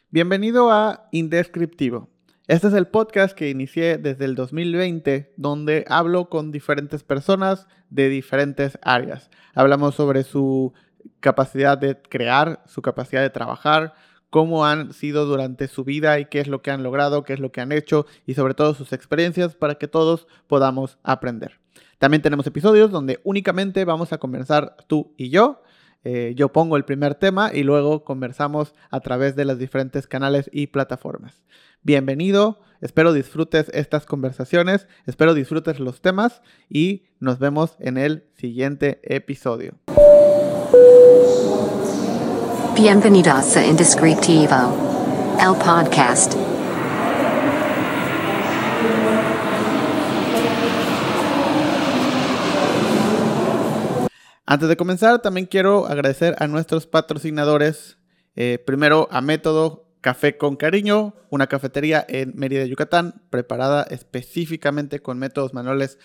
Bienvenido a Indescriptivo. Este es el podcast que inicié desde el 2020, donde hablo con diferentes personas de diferentes áreas. Hablamos sobre su capacidad de crear, su capacidad de trabajar, cómo han sido durante su vida y qué es lo que han logrado, qué es lo que han hecho y sobre todo sus experiencias para que todos podamos aprender. También tenemos episodios donde únicamente vamos a conversar tú y yo. Yo pongo el primer tema y luego conversamos a través de los diferentes canales y plataformas. Bienvenido, espero disfrutes estas conversaciones, espero disfrutes los temas y nos vemos en el siguiente episodio. Bienvenidos a Indescriptivo, el podcast. Antes de comenzar, también quiero agradecer a nuestros patrocinadores. Primero, a Método Café con Cariño, una cafetería en Mérida, Yucatán, preparada específicamente con métodos manuales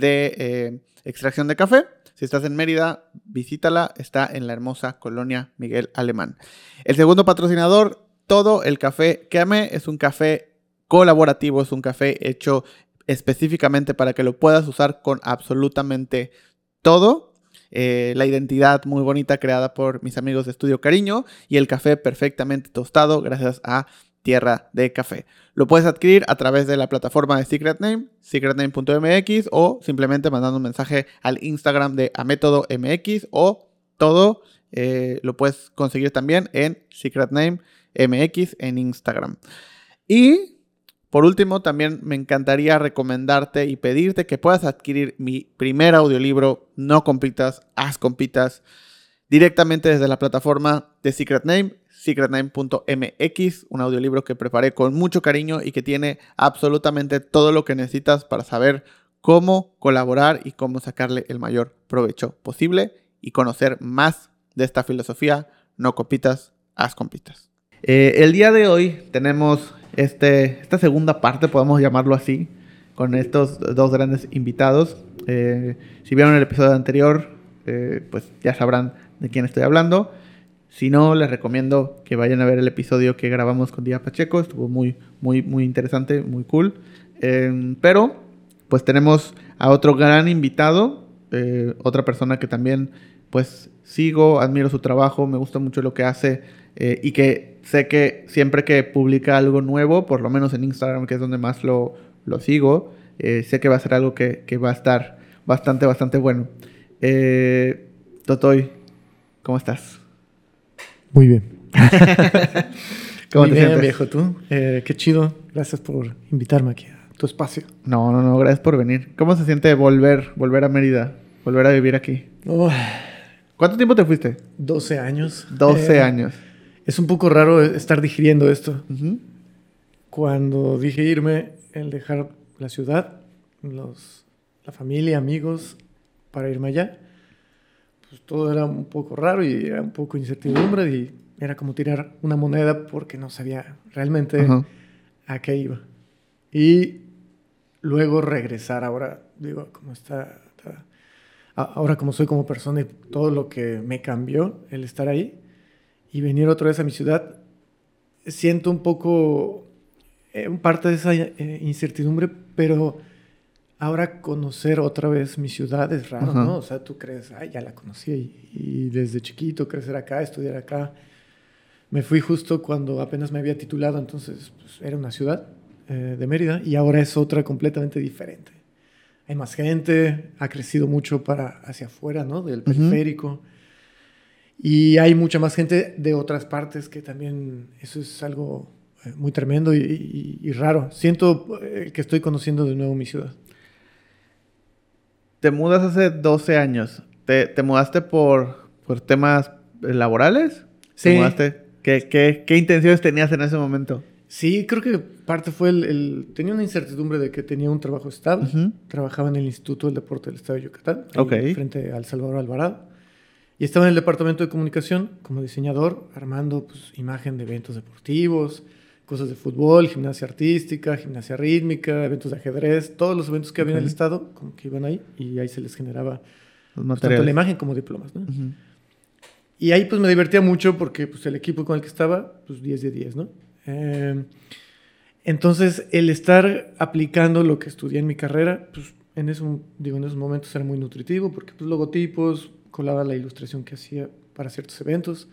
de extracción de café. Si estás en Mérida, visítala, está en la hermosa colonia Miguel Alemán. El segundo patrocinador, Todo el Café que Amé, es un café colaborativo, es un café hecho específicamente para que lo puedas usar con absolutamente todo. La identidad muy bonita creada por mis amigos de Estudio Cariño y el café perfectamente tostado gracias a Tierra de Café. Lo puedes adquirir a través de la plataforma de Secret Name, secretname.mx, o simplemente mandando un mensaje al Instagram de amétodomx, o todo lo puedes conseguir también en secretname.mx en Instagram. Y por último, también me encantaría recomendarte y pedirte que puedas adquirir mi primer audiolibro, No Compitas, Haz Compitas, directamente desde la plataforma de Secret Name, secretname.mx, un audiolibro que preparé con mucho cariño y que tiene absolutamente todo lo que necesitas para saber cómo colaborar y cómo sacarle el mayor provecho posible y conocer más de esta filosofía, No Compitas, Haz Compitas. El día de hoy tenemos esta segunda parte, podemos llamarlo así, con estos dos grandes invitados. Si vieron el episodio anterior, pues ya sabrán de quién estoy hablando. Si no, les recomiendo que vayan a ver el episodio que grabamos con Díaz Pacheco. Estuvo muy interesante, muy cool. Pero pues tenemos a otro gran invitado, otra persona que también pues sigo, admiro su trabajo, me gusta mucho lo que hace y que sé que siempre que publica algo nuevo, por lo menos en Instagram, que es donde más lo sigo, sé que va a ser algo que va a estar bastante bueno. Totoy, ¿cómo estás? Muy bien. ¿Cómo Muy te bien, sientes? viejo, tú. Qué chido. Gracias por invitarme aquí a tu espacio. No, gracias por venir. ¿Cómo se siente volver a Mérida? Volver a vivir aquí. Oh, ¿Cuánto tiempo te fuiste? 12 años. 12 años. Es un poco raro estar digiriendo esto. Uh-huh. Cuando dije irme, el dejar la ciudad, la familia, amigos, para irme allá, pues todo era un poco raro y era un poco incertidumbre y era como tirar una moneda porque no sabía realmente Uh-huh. a qué iba. Y luego regresar ahora, digo, como ahora como soy como persona y todo lo que me cambió, el estar ahí y venir otra vez a mi ciudad, siento un poco parte de esa incertidumbre, pero ahora conocer otra vez mi ciudad es raro, Ajá. ¿no? O sea, tú crees, ay, ya la conocí y desde chiquito crecer acá, estudiar acá. Me fui justo cuando apenas me había titulado, entonces pues, era una ciudad de Mérida y ahora es otra completamente diferente. Hay más gente, ha crecido mucho hacia afuera, ¿no? Del periférico. Uh-huh. Y hay mucha más gente de otras partes que también, eso es algo muy tremendo y raro. Siento que estoy conociendo de nuevo mi ciudad. Te mudas hace 12 años. ¿Te mudaste por temas laborales? Sí. ¿Te mudaste? ¿Qué intenciones tenías en ese momento? Sí, creo que parte fue tenía una incertidumbre de que tenía un trabajo estable. Uh-huh. Trabajaba en el Instituto del Deporte del Estado de Yucatán, ahí frente al Salvador Alvarado. Y estaba en el departamento de comunicación como diseñador, armando pues, imagen de eventos deportivos, cosas de fútbol, gimnasia artística, gimnasia rítmica, eventos de ajedrez, todos los eventos que había en el estado, como que iban ahí, y ahí se les generaba pues, tanto la imagen como diplomas, ¿no? Uh-huh. Y ahí pues me divertía mucho porque pues el equipo con el que estaba, pues 10 de 10, ¿no? Entonces el estar aplicando lo que estudié en mi carrera, pues en esos momentos era muy nutritivo porque pues logotipos, colaba la ilustración que hacía para ciertos eventos.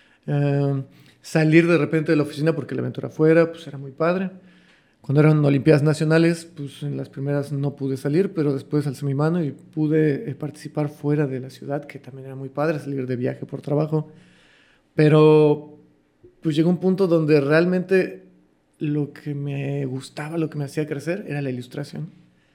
Salir de repente de la oficina porque el evento era afuera, pues era muy padre. Cuando eran Olimpiadas Nacionales, pues en las primeras no pude salir, pero después alcé mi mano y pude participar fuera de la ciudad, que también era muy padre, salir de viaje por trabajo. Pero pues llegó un punto donde realmente lo que me gustaba, lo que me hacía crecer, era la ilustración.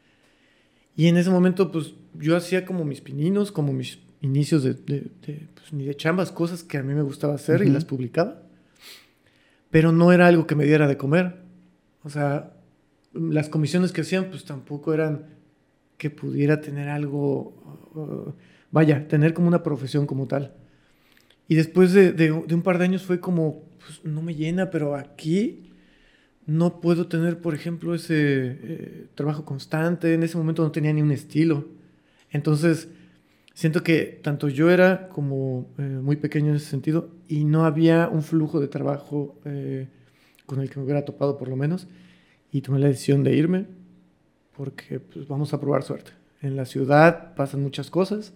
Y en ese momento, pues yo hacía como mis pininos, como mis inicios pues, ni de chambas, cosas que a mí me gustaba hacer y las publicaba. Pero no era algo que me diera de comer. O sea, las comisiones que hacían, pues tampoco eran que pudiera tener algo, tener como una profesión como tal. Y después de un par de años fue como, pues no me llena, pero aquí no puedo tener, por ejemplo, ese trabajo constante. En ese momento no tenía ni un estilo. Entonces, siento que tanto yo era como muy pequeño en ese sentido y no había un flujo de trabajo con el que me hubiera topado por lo menos, y tomé la decisión de irme porque pues, vamos a probar suerte. En la ciudad pasan muchas cosas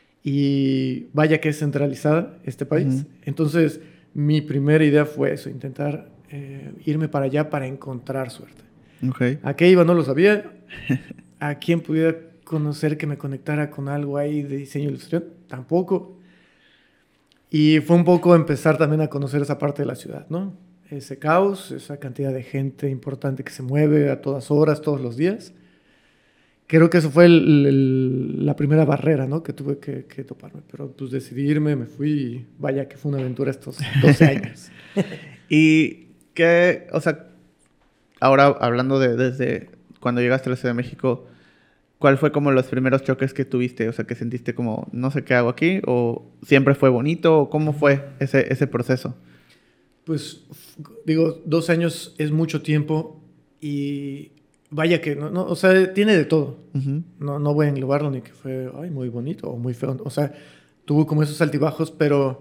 y vaya que es centralizada este país. Entonces mi primera idea fue eso, intentar irme para allá para encontrar suerte. Okay. ¿A qué iba? No lo sabía. ¿A quién pudiera conocer que me conectara con algo ahí de diseño e ilustración? Tampoco. Y fue un poco empezar también a conocer esa parte de la ciudad, ¿no? Ese caos, esa cantidad de gente importante que se mueve a todas horas, todos los días. Creo que eso fue la primera barrera, ¿no? Que tuve que toparme. Pero pues decidí irme, me fui y vaya que fue una aventura estos 12 años. Y que, o sea, ahora hablando desde cuando llegaste a la Ciudad de México, ¿cuál fue como los primeros choques que tuviste? O sea, que sentiste como, no sé qué hago aquí, o siempre fue bonito, o cómo fue ese proceso. Pues, digo, 2 años es mucho tiempo y vaya que, no, o sea, tiene de todo. No voy a englobarlo ni que fue muy bonito o muy feo. O sea, tuvo como esos altibajos, pero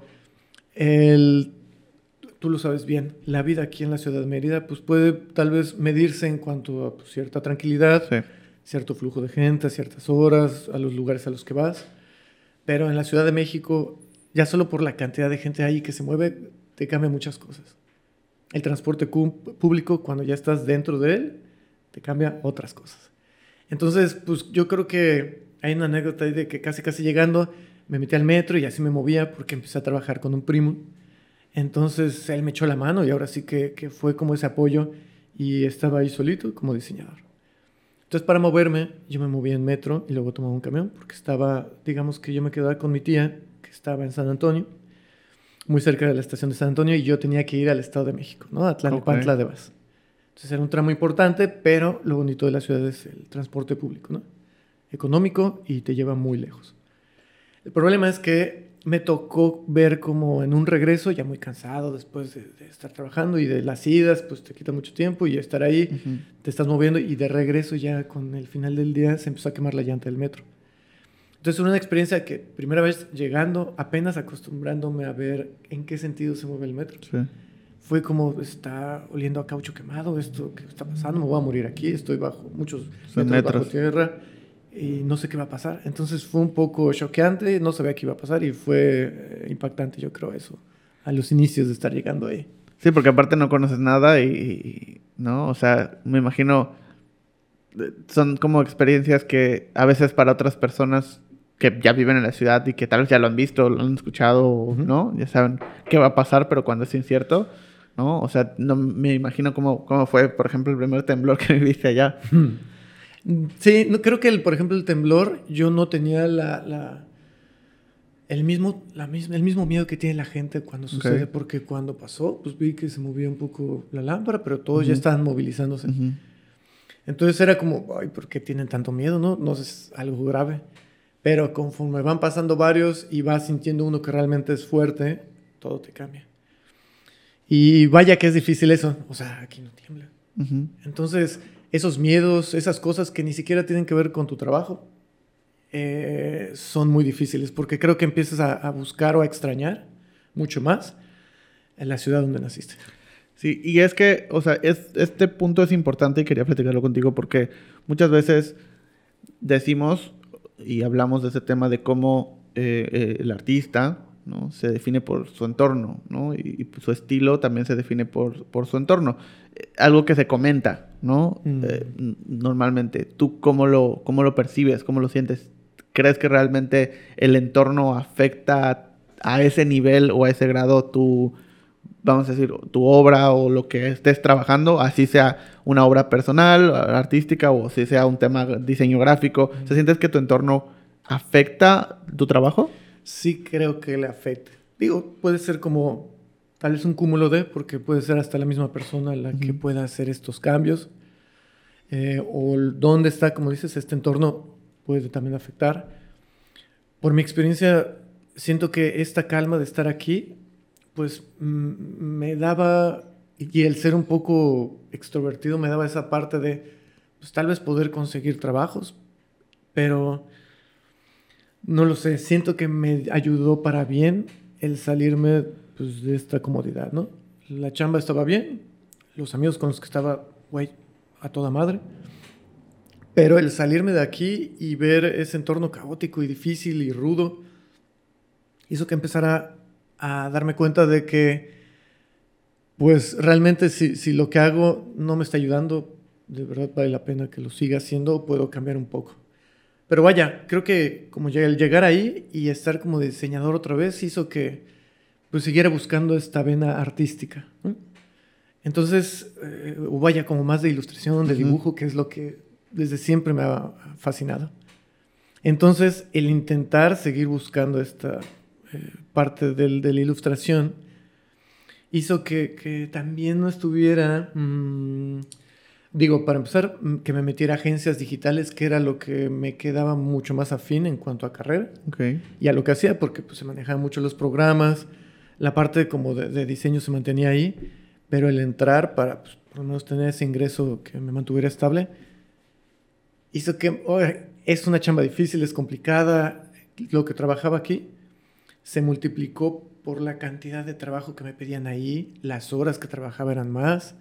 tú lo sabes bien, la vida aquí en la ciudad de Mérida pues puede tal vez medirse en cuanto a pues, cierta tranquilidad, sí, cierto flujo de gente, a ciertas horas, a los lugares a los que vas. Pero en la Ciudad de México, ya solo por la cantidad de gente ahí que se mueve, te cambia muchas cosas. El transporte público, cuando ya estás dentro de él, te cambia otras cosas. Entonces, pues yo creo que hay una anécdota ahí de que casi llegando, me metí al metro y así me movía porque empecé a trabajar con un primo. Entonces, él me echó la mano y ahora sí que fue como ese apoyo y estaba ahí solito como diseñador. Entonces, para moverme, yo me movía en metro y luego tomaba un camión porque estaba, digamos que yo me quedaba con mi tía, que estaba en San Antonio, muy cerca de la estación de San Antonio, y yo tenía que ir al Estado de México, ¿no? A Tlalnepantla de Vaz. Entonces era un tramo importante, pero lo bonito de la ciudad es el transporte público, ¿no? Económico y te lleva muy lejos. El problema es que me tocó ver como en un regreso, ya muy cansado después de estar trabajando y de las idas, pues te quita mucho tiempo y estar ahí, te estás moviendo y de regreso ya con el final del día se empezó a quemar la llanta del metro. Entonces, una experiencia que, primera vez llegando, apenas acostumbrándome a ver en qué sentido se mueve el metro. Sí. Fue como, está oliendo a caucho quemado, esto que está pasando, me voy a morir aquí, estoy bajo muchos metros bajo tierra y no sé qué va a pasar. Entonces, fue un poco choqueante, no sabía qué iba a pasar y fue impactante, yo creo, eso, a los inicios de estar llegando ahí. Sí, porque aparte no conoces nada y ¿no? O sea, me imagino, son como experiencias que a veces para otras personas que ya viven en la ciudad y que tal vez ya lo han visto, lo han escuchado, ¿no? Ya saben qué va a pasar, pero cuando es incierto, ¿no? O sea, no me imagino cómo fue, por ejemplo, el primer temblor que viviste allá. Sí, no, creo que, por ejemplo, el temblor, yo no tenía el mismo miedo que tiene la gente cuando sucede, porque cuando pasó, pues vi que se movía un poco la lámpara, pero todos ya estaban movilizándose. Entonces era como, ay, ¿por qué tienen tanto miedo? No sé, es algo grave. Pero conforme van pasando varios y vas sintiendo uno que realmente es fuerte, todo te cambia. Y vaya que es difícil eso. O sea, aquí no tiembla. Entonces, esos miedos, esas cosas que ni siquiera tienen que ver con tu trabajo, son muy difíciles porque creo que empiezas a buscar o a extrañar mucho más en la ciudad donde naciste. Sí, y es que, o sea, este punto es importante y quería platicarlo contigo porque muchas veces decimos y hablamos de ese tema de cómo el artista, ¿no?, se define por su entorno, ¿no? Y su estilo también se define por su entorno. Algo que se comenta, ¿no? Normalmente. ¿Tú cómo lo percibes? ¿Cómo lo sientes? ¿Crees que realmente el entorno afecta a ese nivel o a ese grado vamos a decir, tu obra o lo que estés trabajando, así sea una obra personal, artística, o si sea un tema diseño gráfico? ¿Se sientes que tu entorno afecta tu trabajo? Sí, creo que le afecta. Digo, puede ser como tal vez un cúmulo porque puede ser hasta la misma persona la que pueda hacer estos cambios. O dónde está, como dices, este entorno puede también afectar. Por mi experiencia, siento que esta calma de estar aquí, pues me daba, y el ser un poco extrovertido me daba esa parte de, pues tal vez poder conseguir trabajos, pero no lo sé, siento que me ayudó para bien el salirme, pues, de esta comodidad, ¿no? La chamba estaba bien, los amigos con los que estaba, güey, a toda madre, pero el salirme de aquí y ver ese entorno caótico y difícil y rudo hizo que empezara a darme cuenta de que, pues, realmente si lo que hago no me está ayudando, de verdad vale la pena que lo siga haciendo o puedo cambiar un poco. Pero vaya, creo que como el llegar ahí y estar como diseñador otra vez hizo que, pues, siguiera buscando esta vena artística, ¿no? Entonces, vaya, como más de ilustración, de dibujo, que es lo que desde siempre me ha fascinado. Entonces, el intentar seguir buscando esta parte de la ilustración hizo que también no estuviera... Digo, para empezar, que me metiera a agencias digitales, que era lo que me quedaba mucho más afín en cuanto a carrera. Okay. Y a lo que hacía, porque pues, se manejaban mucho los programas, la parte como de diseño se mantenía ahí, pero el entrar para, pues, por lo menos tener ese ingreso que me mantuviera estable, hizo que es una chamba difícil, es complicada. Lo que trabajaba aquí se multiplicó por la cantidad de trabajo que me pedían ahí, las horas que trabajaba eran más.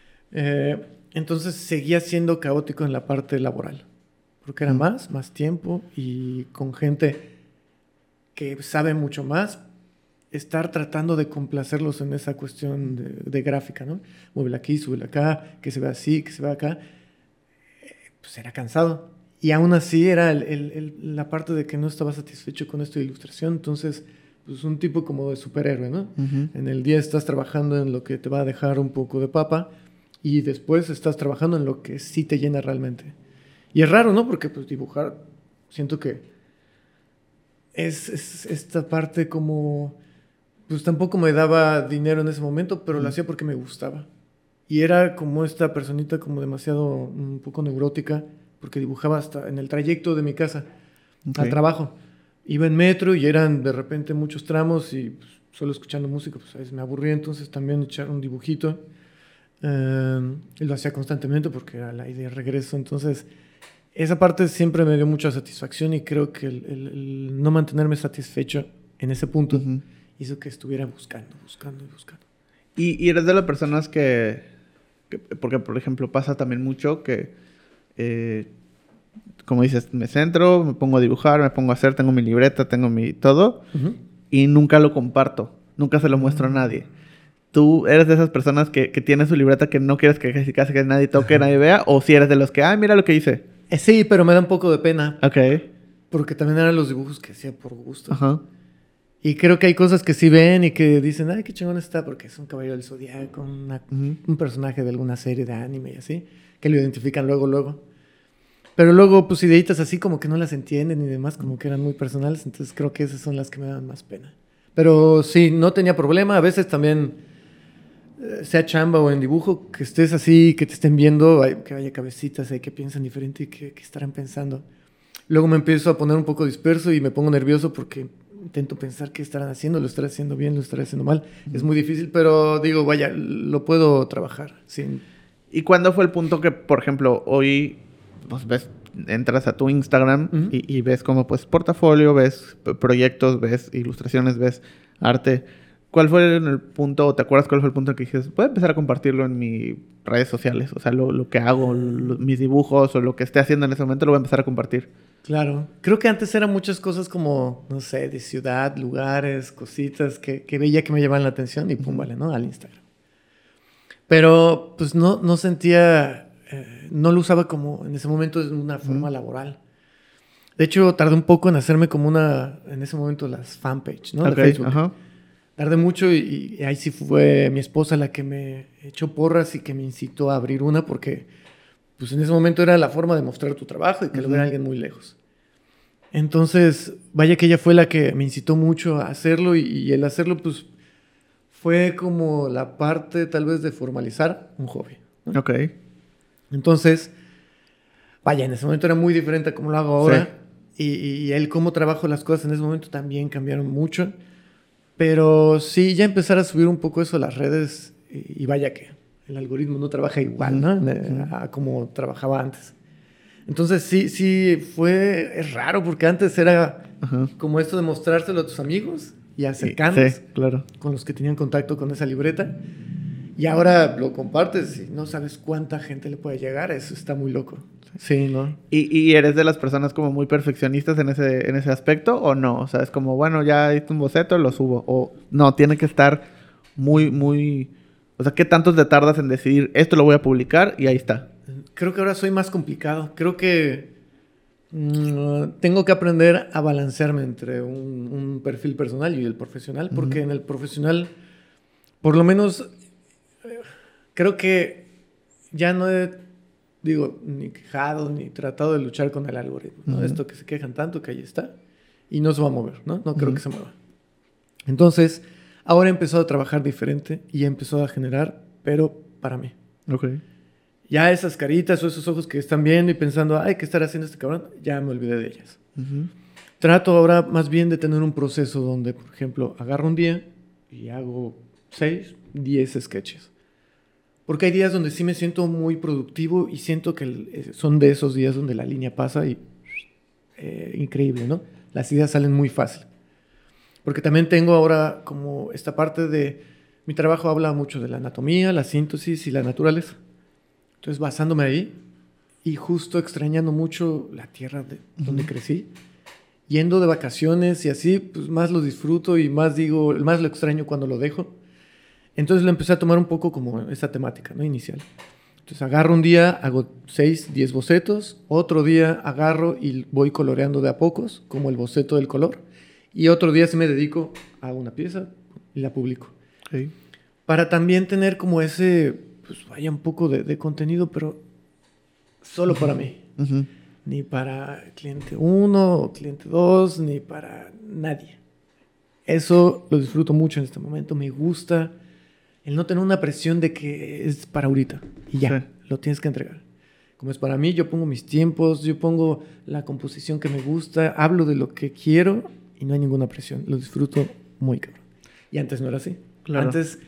Entonces seguía siendo caótico en la parte laboral, porque era más tiempo y con gente que sabe mucho más, estar tratando de complacerlos en esa cuestión de gráfica, ¿no? Muévela aquí, súbela acá, que se vea así, que se vea acá. Pues era cansado. Y aún así era la parte de que no estaba satisfecho con esto de ilustración. Entonces, pues un tipo como de superhéroe, ¿no? En el día estás trabajando en lo que te va a dejar un poco de papa y después estás trabajando en lo que sí te llena realmente. Y es raro, ¿no? Porque pues dibujar, siento que es esta parte como... Pues tampoco me daba dinero en ese momento, pero lo hacía porque me gustaba. Y era como esta personita como demasiado un poco neurótica, porque dibujaba hasta en el trayecto de mi casa al trabajo. Iba en metro y eran de repente muchos tramos y pues, solo escuchando música, pues a veces me aburría, entonces también echar un dibujito. Y lo hacía constantemente porque era la idea de regreso. Entonces, esa parte siempre me dio mucha satisfacción y creo que el no mantenerme satisfecho en ese punto hizo que estuviera buscando. Y eres de las personas que... Porque, por ejemplo, pasa también mucho que... como dices, me centro, me pongo a dibujar, me pongo a hacer, tengo mi libreta, tengo mi todo, y nunca lo comparto, nunca se lo muestro a nadie. ¿Tú eres de esas personas que tienen su libreta que no quieres que casi que nadie toque, nadie vea? ¿O si eres de los que, mira lo que hice? Sí, pero me da un poco de pena. Ok. Porque también eran los dibujos que hacía por gusto. Ajá. Y creo que hay cosas que sí ven y que dicen, ay, qué chingón está, porque es un caballero del Zodiaco, un personaje de alguna serie de anime y así, que lo identifican luego. Pero luego, pues, ideitas así como que no las entienden y demás, como que eran muy personales, entonces creo que esas son las que me dan más pena. Pero sí, no tenía problema, a veces también, sea chamba o en dibujo, que estés así, que te estén viendo, que haya cabecitas ahí que piensan diferente y que estarán pensando. Luego me empiezo a poner un poco disperso y me pongo nervioso porque intento pensar qué estarán haciendo, lo estaré haciendo bien, lo estaré haciendo mal. Es muy difícil, pero digo, vaya, lo puedo trabajar. Sí. ¿Y cuándo fue el punto que, por ejemplo, hoy pues, ves, entras a tu Instagram y ves como pues portafolio, ves proyectos, ves ilustraciones, ves arte? ¿cuál fue el punto, o te acuerdas cuál fue el punto en que dijiste, voy a empezar a compartirlo en mis redes sociales? O sea, lo que hago, mis dibujos o lo que esté haciendo en ese momento lo voy a empezar a compartir. Claro. Creo que antes eran muchas cosas como, no sé, de ciudad, lugares, cositas que veía que me llamaban la atención y pum, vale, ¿no? Al Instagram. Pero pues no sentía, no lo usaba como en ese momento de una forma laboral. De hecho, tardé un poco en hacerme como en ese momento las fanpage, ¿no? De Facebook. Ajá. Tardé mucho y ahí sí fue mi esposa la que me echó porras y que me incitó a abrir una porque pues en ese momento era la forma de mostrar tu trabajo y que lo viera alguien muy lejos. Entonces, vaya que ella fue la que me incitó mucho a hacerlo y el hacerlo pues fue como la parte tal vez de formalizar un hobby, ¿no? Ok. Entonces, vaya, en ese momento era muy diferente a cómo lo hago ahora. Sí. Y el cómo trabajo las cosas en ese momento también cambiaron mucho. Pero sí, ya empezar a subir un poco eso a las redes y vaya que el algoritmo no trabaja igual, ¿no? A como trabajaba antes. Entonces sí, es raro porque antes era como esto de mostrárselo a tus amigos y acercarnos claro, con los que tenían contacto con esa libreta. Y ahora lo compartes y no sabes cuánta gente le puede llegar. Eso está muy loco. Sí, ¿no? ¿Y eres de las personas como muy perfeccionistas en ese aspecto o no? O sea, es como, bueno, ya hice un boceto, lo subo. O no, tiene que estar muy... O sea, ¿qué tanto te tardas en decidir esto lo voy a publicar y ahí está? Creo que ahora soy más complicado. Creo que tengo que aprender a balancearme entre un perfil personal y el profesional. Porque en el profesional, por lo menos, creo que ya no he... ni quejado, ni tratado de luchar con el algoritmo, ¿no? Esto que se quejan tanto que ahí está y no se va a mover, ¿no? No creo que se mueva. Entonces, ahora he empezado a trabajar diferente y he empezado a generar, pero para mí. Ok. Ya esas caritas o esos ojos que están viendo y pensando, ay, ¿qué estará haciendo este cabrón? Ya me olvidé de ellas. Trato ahora más bien de tener un proceso donde, por ejemplo, agarro un día y hago 6, 10 sketches. Porque hay días donde sí me siento muy productivo y siento que son de esos días donde la línea pasa y increíble, ¿no? Las ideas salen muy fácil. Porque también tengo ahora como esta parte de... Mi trabajo habla mucho de la anatomía, la síntesis y la naturaleza. Entonces, basándome ahí y justo extrañando mucho la tierra donde crecí, yendo de vacaciones y así, pues más lo disfruto y más lo extraño cuando lo dejo. Entonces lo empecé a tomar un poco como esa temática, ¿no? Inicial. Entonces agarro un día, hago 6, 10 bocetos. Otro día agarro y voy coloreando de a pocos, como el boceto del color. Y otro día sí me dedico a una pieza y la publico. Sí. Para también tener como ese, pues vaya un poco de contenido, pero solo para mí. Ni para cliente 1 o cliente 2, ni para nadie. Eso lo disfruto mucho en este momento. Me gusta... el no tener una presión de que es para ahorita y ya, lo tienes que entregar. Como es para mí, yo pongo mis tiempos, yo pongo la composición que me gusta, hablo de lo que quiero y no hay ninguna presión. Lo disfruto muy cabrón. Y antes no era así. Claro. Antes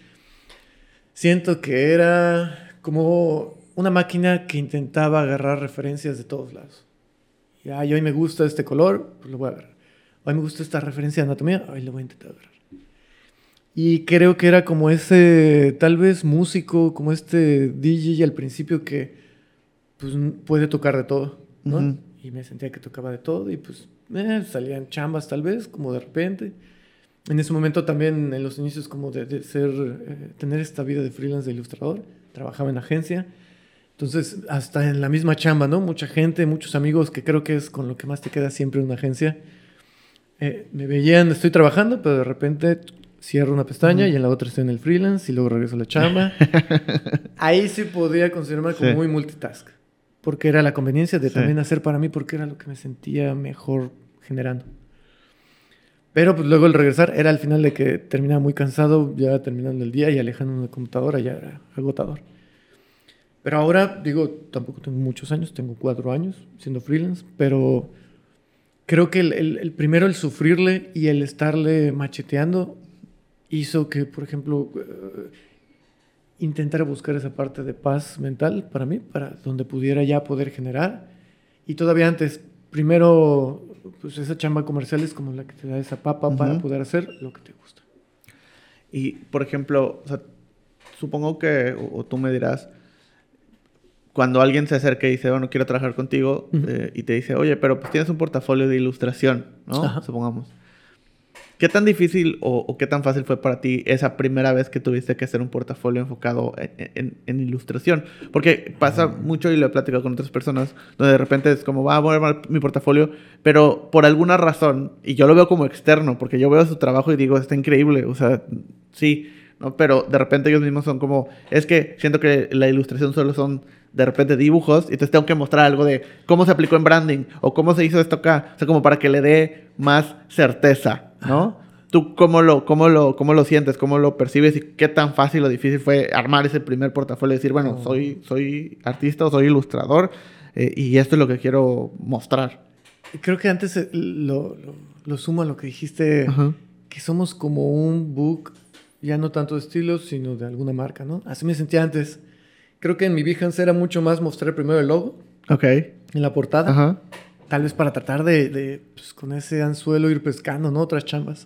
siento que era como una máquina que intentaba agarrar referencias de todos lados. Y hoy me gusta este color, pues lo voy a agarrar. Hoy me gusta esta referencia de anatomía, hoy lo voy a intentar agarrar. Y creo que era como ese, tal vez músico, como este DJ al principio que pues puede tocar de todo, ¿no? Y me sentía que tocaba de todo y pues salían chambas tal vez, como de repente. En ese momento también, en los inicios como de ser, tener esta vida de freelance de ilustrador, trabajaba en agencia. Entonces, hasta en la misma chamba, ¿no? Mucha gente, muchos amigos, que creo que es con lo que más te queda siempre en una agencia. Me veían, estoy trabajando, pero de repente... cierro una pestaña y en la otra estoy en el freelance y luego regreso a la chamba. Ahí sí podía considerarme como muy multitask. Porque era la conveniencia de también hacer para mí porque era lo que me sentía mejor generando. Pero pues luego el regresar era al final de que terminaba muy cansado, ya terminando el día y alejando de la computadora ya era agotador. Pero ahora, digo, tampoco tengo muchos años, tengo 4 años siendo freelance, pero creo que el primero, el sufrirle y el estarle macheteando hizo que, por ejemplo, intentara buscar esa parte de paz mental para mí, para donde pudiera ya poder generar. Y todavía antes, primero, pues esa chamba comercial es como la que te da esa papa para poder hacer lo que te gusta. Y, por ejemplo, o sea, supongo que, o tú me dirás, cuando alguien se acerca y dice, bueno, quiero trabajar contigo, y te dice, oye, pero pues tienes un portafolio de ilustración, ¿no? Ajá. Supongamos. ¿Qué tan difícil o qué tan fácil fue para ti esa primera vez que tuviste que hacer un portafolio enfocado en ilustración? Porque pasa mucho, y lo he platicado con otras personas, donde de repente es como, voy a armar mi portafolio, pero por alguna razón, y yo lo veo como externo, porque yo veo su trabajo y digo, está increíble, o sea, sí, ¿no? Pero de repente ellos mismos son como, es que siento que la ilustración solo son de repente dibujos, y entonces tengo que mostrar algo de cómo se aplicó en branding, o cómo se hizo esto acá, o sea, como para que le dé más certeza, ¿no? ¿Tú cómo lo sientes? ¿Cómo lo percibes? ¿Y qué tan fácil o difícil fue armar ese primer portafolio? Decir, bueno, soy artista o soy ilustrador, y esto es lo que quiero mostrar. Creo que antes lo sumo a lo que dijiste, Ajá. que somos como un book, ya no tanto de estilos, sino de alguna marca, ¿no? Así me sentía antes. Creo que en mi Behance era mucho más mostrar primero el logo Ok. en la portada. Ajá. Tal vez para tratar de pues, con ese anzuelo ir pescando, ¿no? Otras chambas.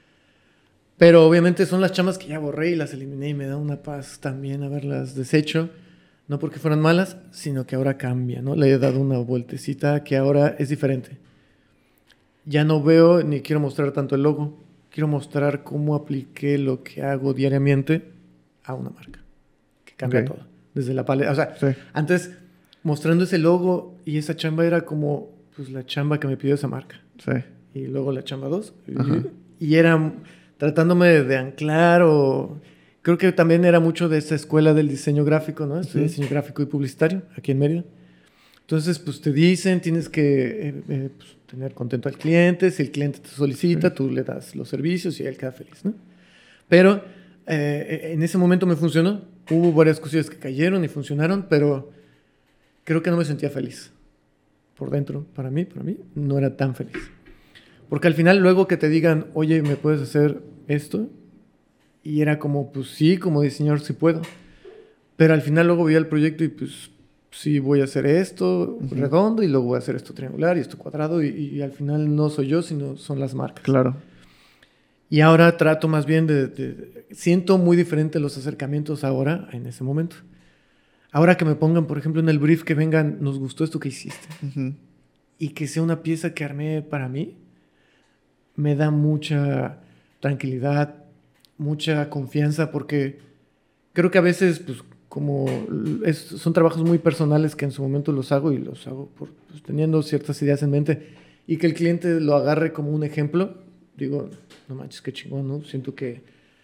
Pero obviamente son las chambas que ya borré y las eliminé y me da una paz también haberlas deshecho. No porque fueran malas, sino que ahora cambia, ¿no? Le he dado una vueltecita que ahora es diferente. Ya no veo ni quiero mostrar tanto el logo. Quiero mostrar cómo apliqué lo que hago diariamente a una marca. Que cambia todo. Desde la paleta. O sea, Sí. antes mostrando ese logo y esa chamba era como pues la chamba que me pidió esa marca. Sí. Y luego la chamba 2. Ajá. Y era tratándome de anclar o... Creo que también era mucho de esta escuela del diseño gráfico, ¿no? Estudié diseño gráfico y publicitario aquí en Mérida. Entonces, pues te dicen, tienes que pues, tener contento al cliente. Si el cliente te solicita, tú le das los servicios y él queda feliz, ¿no? Pero en ese momento me funcionó. Hubo varias cosillas que cayeron y funcionaron, pero creo que no me sentía feliz. Por dentro, para mí, no era tan feliz. Porque al final, luego que te digan, oye, ¿me puedes hacer esto? Y era como, pues sí, como diseñador sí puedo. Pero al final luego veía el proyecto y pues sí voy a hacer esto redondo y luego voy a hacer esto triangular y esto cuadrado y al final no soy yo, sino son las marcas. Claro. Y ahora trato más bien siento muy diferente los acercamientos ahora, en ese momento. Ahora que me pongan, por ejemplo, en el brief que vengan, nos gustó esto que hiciste. Y que sea una pieza que armé para mí, me da mucha tranquilidad, mucha confianza, porque creo que a veces, pues, como son trabajos muy personales que en su momento los hago y los hago pues, teniendo ciertas ideas en mente y que el cliente lo agarre como un ejemplo, digo, no manches, qué chingón, ¿no? Siento que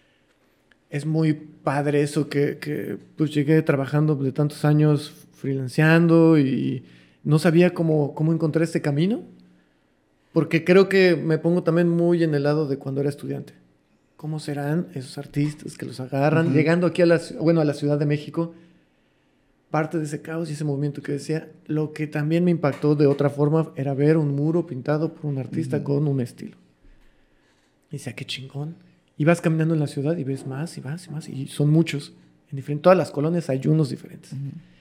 es muy padre eso que pues llegué trabajando de tantos años freelanceando y no sabía cómo encontrar este camino, porque creo que me pongo también muy en el lado de cuando era estudiante. ¿Cómo serán esos artistas que los agarran? Llegando aquí a la Ciudad de México, parte de ese caos y ese movimiento que decía, lo que también me impactó de otra forma era ver un muro pintado por un artista con un estilo. Y decía, qué chingón. Y vas caminando en la ciudad y ves más y más y más, y son muchos. En todas las colonias hay unos diferentes.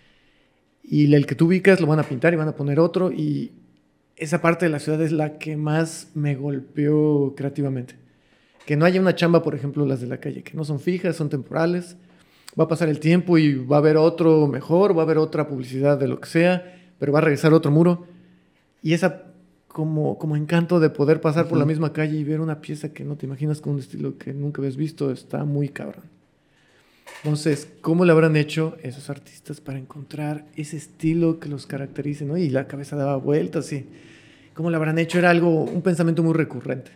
Y el que tú ubicas lo van a pintar y van a poner otro, y esa parte de la ciudad es la que más me golpeó creativamente. Que no haya una chamba, por ejemplo, las de la calle, que no son fijas, son temporales. Va a pasar el tiempo y va a haber otro mejor, va a haber otra publicidad de lo que sea, pero va a regresar otro muro. Y esa como encanto de poder pasar por la misma calle y ver una pieza que no te imaginas con un estilo que nunca habías visto, está muy cabrón. Entonces, ¿cómo le habrán hecho esos artistas para encontrar ese estilo que los caracterice, ¿no? Y la cabeza daba vueltas y ¿cómo le habrán hecho? Era un pensamiento muy recurrente.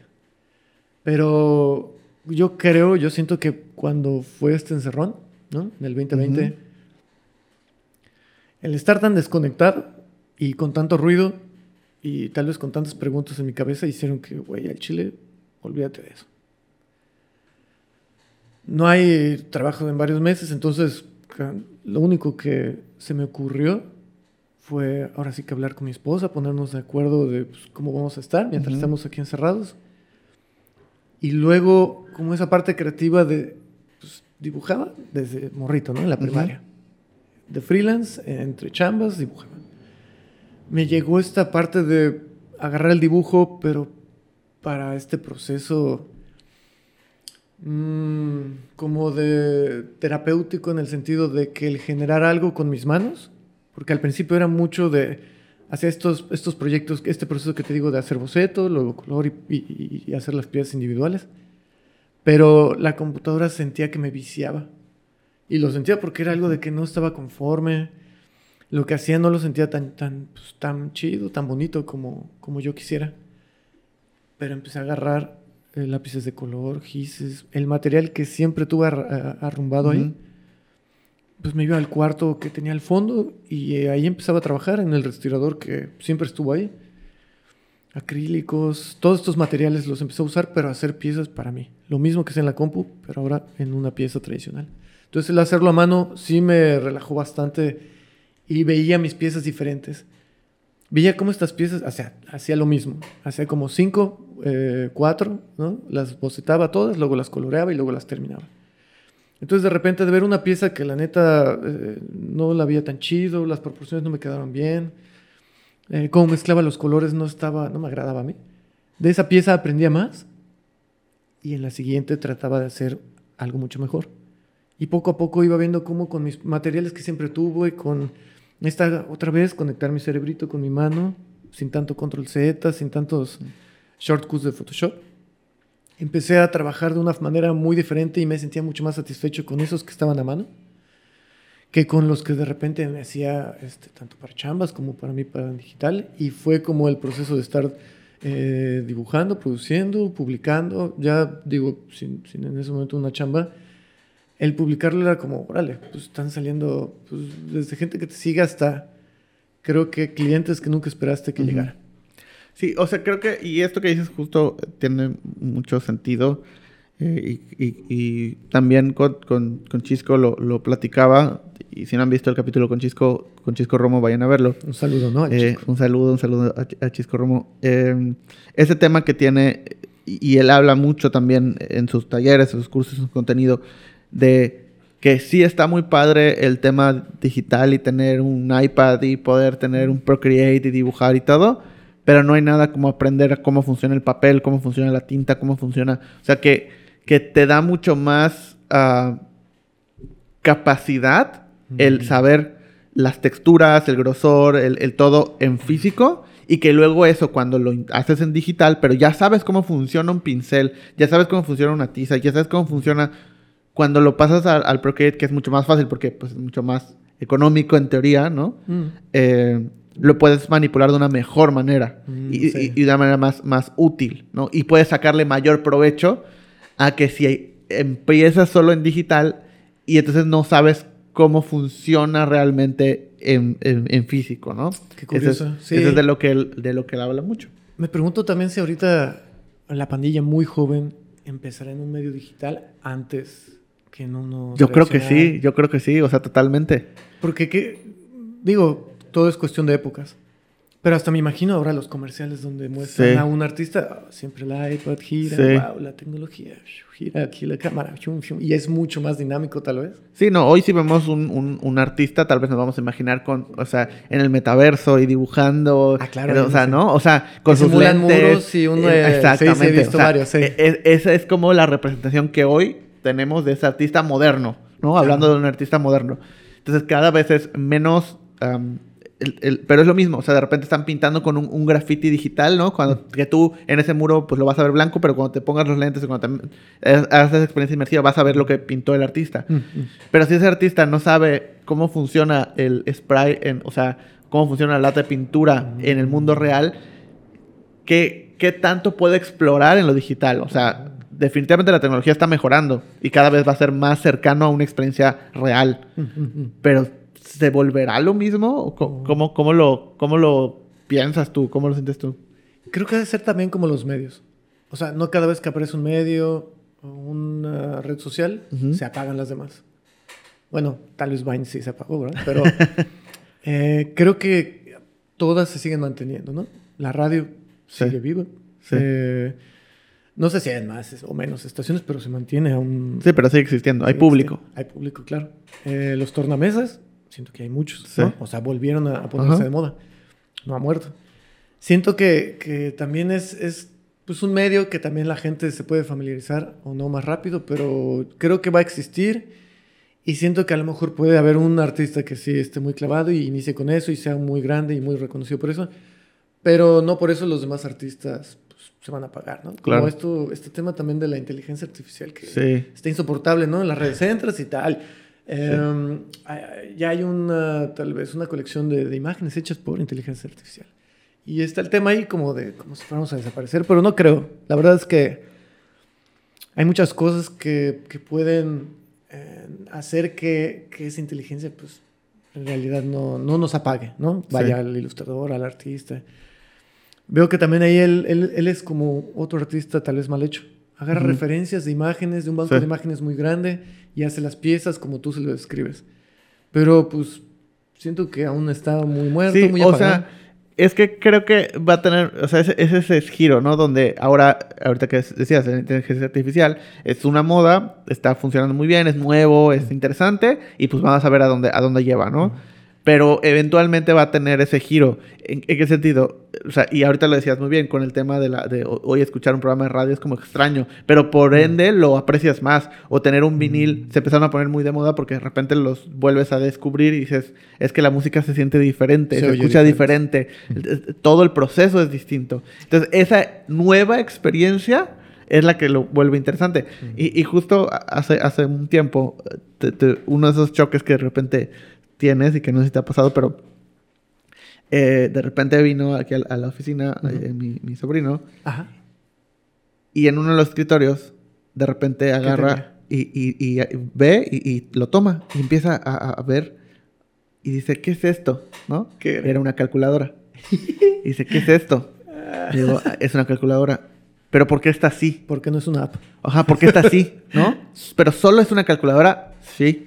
Pero yo siento que cuando fue este encerrón, ¿no? En el 2020, el estar tan desconectado y con tanto ruido y tal vez con tantas preguntas en mi cabeza hicieron que, güey, al chile, olvídate de eso. No hay trabajo en varios meses, entonces lo único que se me ocurrió fue ahora sí que hablar con mi esposa, ponernos de acuerdo de pues, cómo vamos a estar mientras estamos aquí encerrados. Y luego, como esa parte creativa de pues, dibujaba desde morrito, ¿no? En la primaria. De freelance, entre chambas, dibujaba. Me llegó esta parte de agarrar el dibujo, pero para este proceso Como de terapéutico en el sentido de que el generar algo con mis manos, porque al principio era mucho de hacer estos proyectos, este proceso que te digo de hacer boceto, luego color y hacer las piezas individuales, pero la computadora sentía que me viciaba y lo sentía porque era algo de que no estaba conforme, lo que hacía no lo sentía tan chido, tan bonito como yo quisiera, pero empecé a agarrar lápices de color, gises, el material que siempre tuve arrumbado ahí. Pues me iba al cuarto que tenía al fondo y ahí empezaba a trabajar en el respirador que siempre estuvo ahí. Acrílicos, todos estos materiales los empecé a usar, pero a hacer piezas para mí. Lo mismo que es en la compu, pero ahora en una pieza tradicional. Entonces el hacerlo a mano sí me relajó bastante y veía mis piezas diferentes. Veía cómo estas piezas hacía lo mismo. Hacía como 5, 4, ¿no? Las bocetaba todas, luego las coloreaba y luego las terminaba. Entonces de repente de ver una pieza que la neta no la veía tan chido, las proporciones no me quedaron bien, cómo mezclaba los colores no me agradaba a mí. De esa pieza aprendía más y en la siguiente trataba de hacer algo mucho mejor. Y poco a poco iba viendo cómo con mis materiales que siempre tuve, con otra vez conectar mi cerebrito con mi mano, sin tanto control Z, sin tantos shortcuts de Photoshop. Empecé a trabajar de una manera muy diferente y me sentía mucho más satisfecho con esos que estaban a mano que con los que de repente me hacía tanto para chambas como para mí para digital. Y fue como el proceso de estar dibujando, produciendo, publicando. Ya digo, sin en ese momento una chamba, el publicarlo era como, órale, pues están saliendo pues, desde gente que te sigue hasta, creo que clientes que nunca esperaste que llegara. Sí, o sea, creo que, y esto que dices justo tiene mucho sentido, y también con Chisco lo platicaba, y si no han visto el capítulo con Chisco Romo, vayan a verlo. Un saludo, ¿no? Un saludo a Chisco Romo. Ese tema que tiene, y él habla mucho también en sus talleres, en sus cursos, en su contenido, de que sí está muy padre el tema digital y tener un iPad y poder tener un Procreate y dibujar y todo, pero no hay nada como aprender a cómo funciona el papel, cómo funciona la tinta, cómo funciona... O sea, que te da mucho más capacidad el saber las texturas, el grosor, el todo en físico, y que luego eso cuando lo haces en digital, pero ya sabes cómo funciona un pincel, ya sabes cómo funciona una tiza, ya sabes cómo funciona... Cuando lo pasas al Procreate, que es mucho más fácil porque pues, es mucho más económico en teoría, ¿no? Lo puedes manipular de una mejor manera y de una manera más útil, ¿no? Y puedes sacarle mayor provecho a que si empiezas solo en digital y entonces no sabes cómo funciona realmente en físico, ¿no? Qué curioso. Eso es de lo que él habla mucho. Me pregunto también si ahorita la pandilla muy joven empezará en un medio digital antes que en uno yo creo que sí, o sea, totalmente. Porque, digo, todo es cuestión de épocas. Pero hasta me imagino ahora los comerciales donde muestran a un artista, siempre la iPad gira, wow, la tecnología, gira aquí la cámara, y es mucho más dinámico tal vez. Sí, no, hoy si vemos un artista, tal vez nos vamos a imaginar en el metaverso y dibujando, claro, o sea, ¿no? O sea, con sus lentes. Muros y uno exactamente. Sí, he visto varios, esa es como la representación que hoy tenemos de ese artista moderno, ¿no? Hablando de un artista moderno. Entonces, cada vez es menos... pero es lo mismo, o sea, de repente están pintando con un graffiti digital, ¿no? Que tú en ese muro pues lo vas a ver blanco, pero cuando te pongas los lentes y cuando haces experiencia inmersiva vas a ver lo que pintó el artista. Pero si ese artista no sabe cómo funciona el spray, o sea, cómo funciona la lata de pintura en el mundo real, ¿qué tanto puede explorar en lo digital? O sea, definitivamente la tecnología está mejorando y cada vez va a ser más cercano a una experiencia real. Pero ¿se volverá lo mismo? ¿Cómo lo piensas tú? ¿Cómo lo sientes tú? Creo que debe ser también como los medios. O sea, no cada vez que aparece un medio o una red social, se apagan las demás. Bueno, tal vez Vine sí se apagó, ¿verdad? Pero creo que todas se siguen manteniendo, ¿no? La radio sigue viva. Sí. No sé si hay más o menos estaciones, pero se mantiene aún. Sí, pero sigue existiendo. Hay público. Hay público, claro. Los tornamesas, siento que hay muchos, ¿no? O sea, volvieron a ponerse de moda. No ha muerto. Siento que también es pues un medio que también la gente se puede familiarizar o no más rápido, pero creo que va a existir y siento que a lo mejor puede haber un artista que sí esté muy clavado y inicie con eso y sea muy grande y muy reconocido por eso, pero no por eso los demás artistas pues, se van a apagar, ¿no? Claro. Como este tema también de la inteligencia artificial que Sí. está insoportable, ¿no? En las redes entras y tal. Ya hay tal vez una colección de imágenes hechas por inteligencia artificial. Y está el tema ahí como si fuéramos a desaparecer, pero no creo. La verdad es que hay muchas cosas que pueden hacer que esa inteligencia, pues, en realidad no nos apague, ¿no? Vaya al ilustrador, al artista. Veo que también ahí él es como otro artista tal vez mal hecho. Agarra referencias de imágenes, de un banco de imágenes muy grande y hace las piezas como tú se lo describes. Pero, pues, siento que aún está muy muerto, muy apagado. O sea, es que creo que va a tener, o sea, ese giro, ¿no? Donde ahorita que decías, la inteligencia artificial es una moda, está funcionando muy bien, es nuevo, es interesante, y pues vamos a ver a dónde lleva, ¿no? Pero eventualmente va a tener ese giro. ¿En qué sentido? O sea, y ahorita lo decías muy bien, con el tema de hoy escuchar un programa de radio es como extraño, pero por ende lo aprecias más. O tener un vinil, se empezaron a poner muy de moda porque de repente los vuelves a descubrir y dices, es que la música se siente diferente, se escucha diferente. Todo el proceso es distinto. Entonces, esa nueva experiencia es la que lo vuelve interesante. Y justo hace un tiempo, uno de esos choques que de repente tienes y que no sé si te ha pasado, pero de repente vino aquí a la oficina mi sobrino. Ajá. Y en uno de los escritorios de repente agarra y ve y lo toma y empieza a ver y dice, ¿qué es esto? ¿No? Era una calculadora. Y dice, ¿qué es esto? Y digo, es una calculadora. ¿Pero por qué está así? ¿Por qué no es una app? Ajá, ¿por qué está así? ¿No? ¿Pero solo es una calculadora? Sí.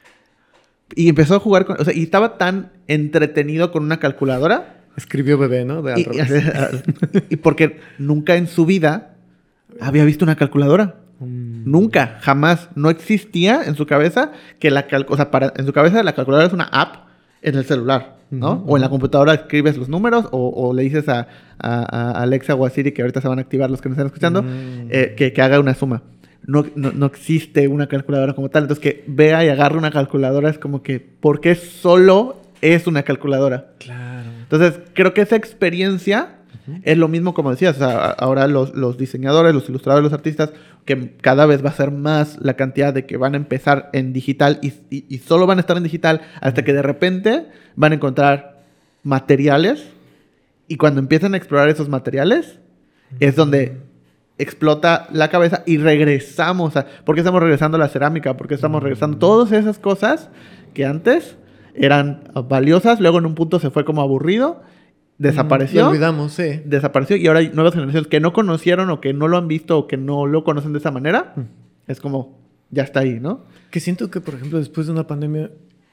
Y empezó a jugar con... O sea, y estaba tan entretenido con una calculadora. Escribió bebé, ¿no? Y porque nunca en su vida había visto una calculadora. Nunca, jamás. No existía en su cabeza que o sea, en su cabeza la calculadora es una app en el celular, ¿no? O en la computadora escribes los números o le dices a Alexa o a Siri, que ahorita se van a activar los que nos están escuchando, que haga una suma. No existe una calculadora como tal. Entonces, que vea y agarre una calculadora es como que... ¿Por qué solo es una calculadora? Claro. Entonces, creo que esa experiencia es lo mismo como decías. O sea, ahora los diseñadores, los ilustradores, los artistas, que cada vez va a ser más la cantidad de que van a empezar en digital y solo van a estar en digital hasta que de repente van a encontrar materiales. Y cuando empiezan a explorar esos materiales, es donde... explota la cabeza y regresamos a... ¿Por qué estamos regresando a la cerámica? ¿Por qué estamos regresando? Todas esas cosas que antes eran valiosas, luego en un punto se fue como aburrido, desapareció. Lo olvidamos, sí. Desapareció y ahora hay nuevas generaciones que no conocieron o que no lo han visto o que no lo conocen de esa manera. Es como, ya está ahí, ¿no? Que siento que, por ejemplo, después de una pandemia...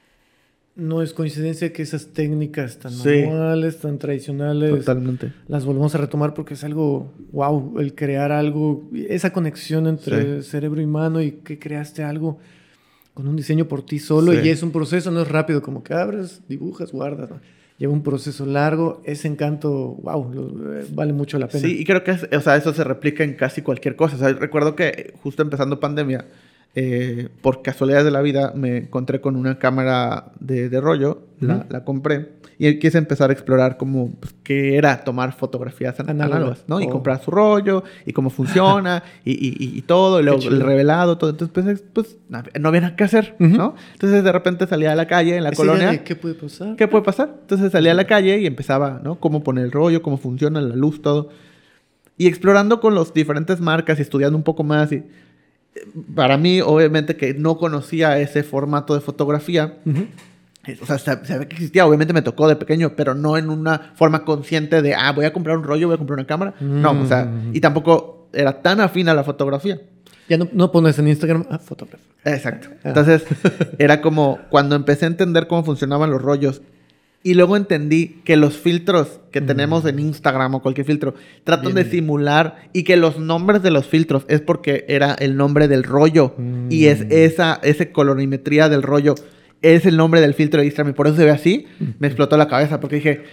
No es coincidencia que esas técnicas tan manuales, tan tradicionales, totalmente, las volvemos a retomar porque es algo, wow, el crear algo, esa conexión entre cerebro y mano y que creaste algo con un diseño por ti solo y es un proceso, no es rápido, como que abres, dibujas, guardas, ¿no? Lleva un proceso largo, ese encanto, wow, vale mucho la pena. Sí, y creo que eso se replica en casi cualquier cosa. O sea, recuerdo que justo empezando pandemia, por casualidades de la vida me encontré con una cámara de rollo, la compré y quise empezar a explorar cómo qué era tomar fotografías análogas, ¿no? Y comprar su rollo y cómo funciona y todo, y luego el revelado, todo. Entonces, pues no había nada que hacer, ¿no? Entonces, de repente salía a la calle, en la colonia. ¿Qué puede pasar? ¿Qué puede pasar? Entonces salía a la calle y empezaba, ¿no? Cómo poner el rollo, cómo funciona la luz, todo. Y explorando con las diferentes marcas y estudiando un poco más y... Para mí, obviamente, que no conocía ese formato de fotografía. O sea, sabía que existía. Obviamente me tocó de pequeño, pero no en una forma consciente de, voy a comprar un rollo, voy a comprar una cámara. No, o sea, y tampoco era tan afín a la fotografía. Ya no pones en Instagram, fotógrafo. Exacto. Entonces, era como cuando empecé a entender cómo funcionaban los rollos. Y luego entendí que los filtros que tenemos en Instagram o cualquier filtro tratan de simular y que los nombres de los filtros es porque era el nombre del rollo y es esa colorimetría del rollo es el nombre del filtro de Instagram y por eso se ve así. Me explotó la cabeza porque dije,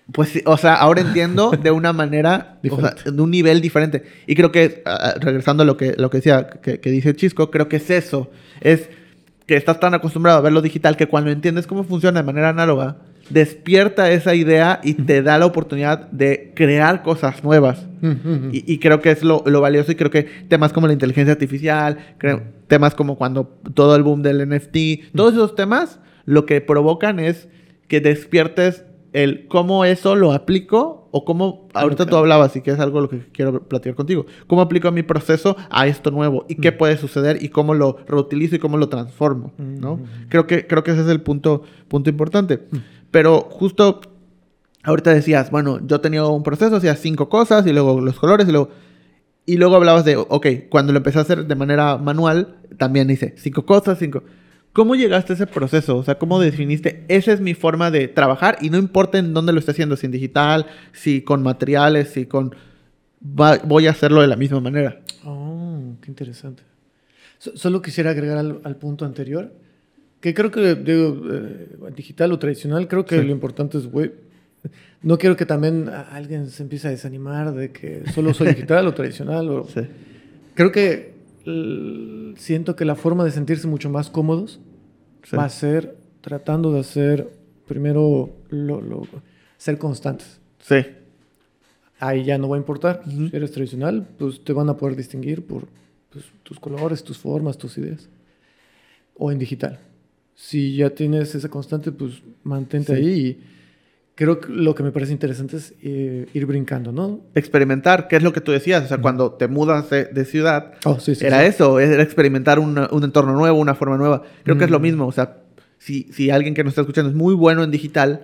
Pues, sí, o sea, ahora entiendo de una manera, o sea, de un nivel diferente. Y creo que, regresando a lo que decía, que dice Chisco, creo que es eso. Es que estás tan acostumbrado a ver lo digital que cuando entiendes cómo funciona de manera análoga, despierta esa idea y te da la oportunidad de crear cosas nuevas. Y creo que es lo valioso, y creo que temas como la inteligencia artificial, temas como cuando todo el boom del NFT, todos esos temas lo que provocan es que despiertes el cómo eso lo aplico, o cómo, ahorita tú hablabas, y que es algo lo que quiero platicar contigo, cómo aplico mi proceso a esto nuevo, y qué puede suceder, y cómo lo reutilizo y cómo lo transformo, ¿no? Creo que ese es el punto importante. Pero justo ahorita decías, bueno, yo tenía un proceso, hacía 5 cosas, y luego los colores, y luego hablabas de, ok, cuando lo empecé a hacer de manera manual, también hice 5 cosas, 5... ¿Cómo llegaste a ese proceso? O sea, ¿cómo definiste? Esa es mi forma de trabajar, y no importa en dónde lo esté haciendo, si en digital, si con materiales, si con... voy a hacerlo de la misma manera. Oh, qué interesante. Solo quisiera agregar al punto anterior, que creo que, digital o tradicional, creo que lo importante es, güey, no quiero que también alguien se empiece a desanimar de que solo soy digital o tradicional. Sí. Creo que siento que la forma de sentirse mucho más cómodos va a ser tratando de hacer primero ser constantes. Sí. Ahí ya no va a importar. Si eres tradicional, pues te van a poder distinguir por tus colores, tus formas, tus ideas. O en digital. Si ya tienes esa constante, pues mantente ahí. Y creo que lo que me parece interesante es ir brincando, ¿no? Experimentar, ¿qué es lo que tú decías? O sea, cuando te mudas de ciudad, era eso, era experimentar un entorno nuevo, una forma nueva. Creo que es lo mismo. O sea, si alguien que nos está escuchando es muy bueno en digital,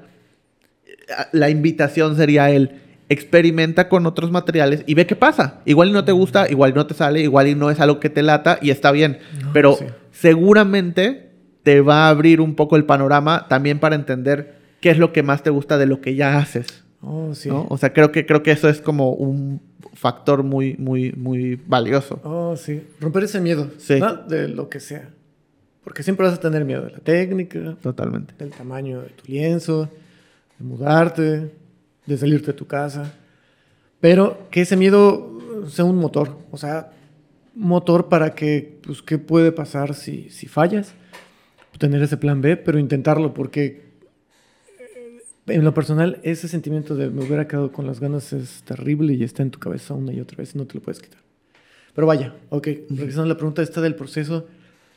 la invitación sería experimenta con otros materiales y ve qué pasa. Igual y no te gusta, igual y no te sale, igual y no es algo que te lata, y está bien. Pero seguramente te va a abrir un poco el panorama también para entender qué es lo que más te gusta de lo que ya haces. ¿No? O sea, creo que eso es como un factor muy, muy, muy valioso. Sí. Romper ese miedo, ¿no? De lo que sea. Porque siempre vas a tener miedo de la técnica. Totalmente. Del tamaño de tu lienzo, de mudarte, de salirte de tu casa. Pero que ese miedo sea un motor. O sea, motor para que, pues, ¿qué puede pasar si fallas? Tener ese plan B, pero intentarlo, porque en lo personal, ese sentimiento de me hubiera quedado con las ganas es terrible y está en tu cabeza una y otra vez y no te lo puedes quitar. Pero vaya, ok, regresando a la pregunta esta del proceso.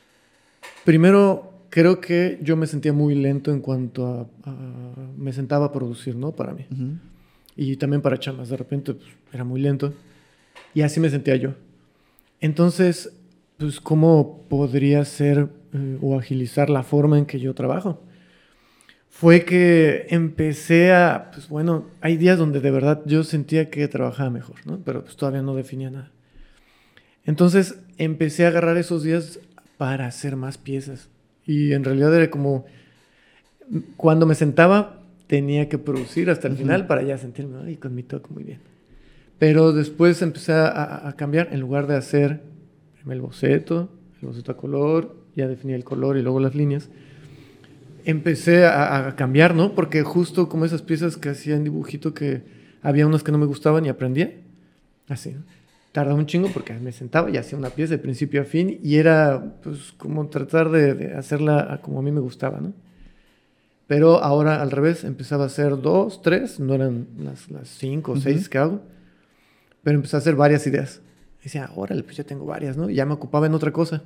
Primero, creo que yo me sentía muy lento en cuanto a me sentaba a producir, ¿no? Para mí. Y también para chamas. De repente, pues, era muy lento. Y así me sentía yo. Entonces, pues, ¿cómo podría ser o agilizar la forma en que yo trabajo? Fue que empecé pues bueno, hay días donde de verdad yo sentía que trabajaba mejor, ¿no? Pero pues todavía no definía nada. Entonces empecé a agarrar esos días para hacer más piezas. Y en realidad era como, cuando me sentaba, tenía que producir hasta el final para ya sentirme, ay, con mi toque muy bien. Pero después empecé a cambiar, en lugar de hacer el boceto a color, ya definía el color y luego las líneas. Empecé a cambiar, ¿no? Porque justo como esas piezas que hacía en dibujito, que había unas que no me gustaban y aprendía. Así, ¿no? Tardaba un chingo porque me sentaba y hacía una pieza de principio a fin y era, pues, como tratar de hacerla como a mí me gustaba, ¿no? Pero ahora al revés, empezaba a hacer 2, 3, no eran las 5 o 6 que hago, pero empecé a hacer varias ideas. Y decía, órale, pues ya tengo varias, ¿no? Y ya me ocupaba en otra cosa.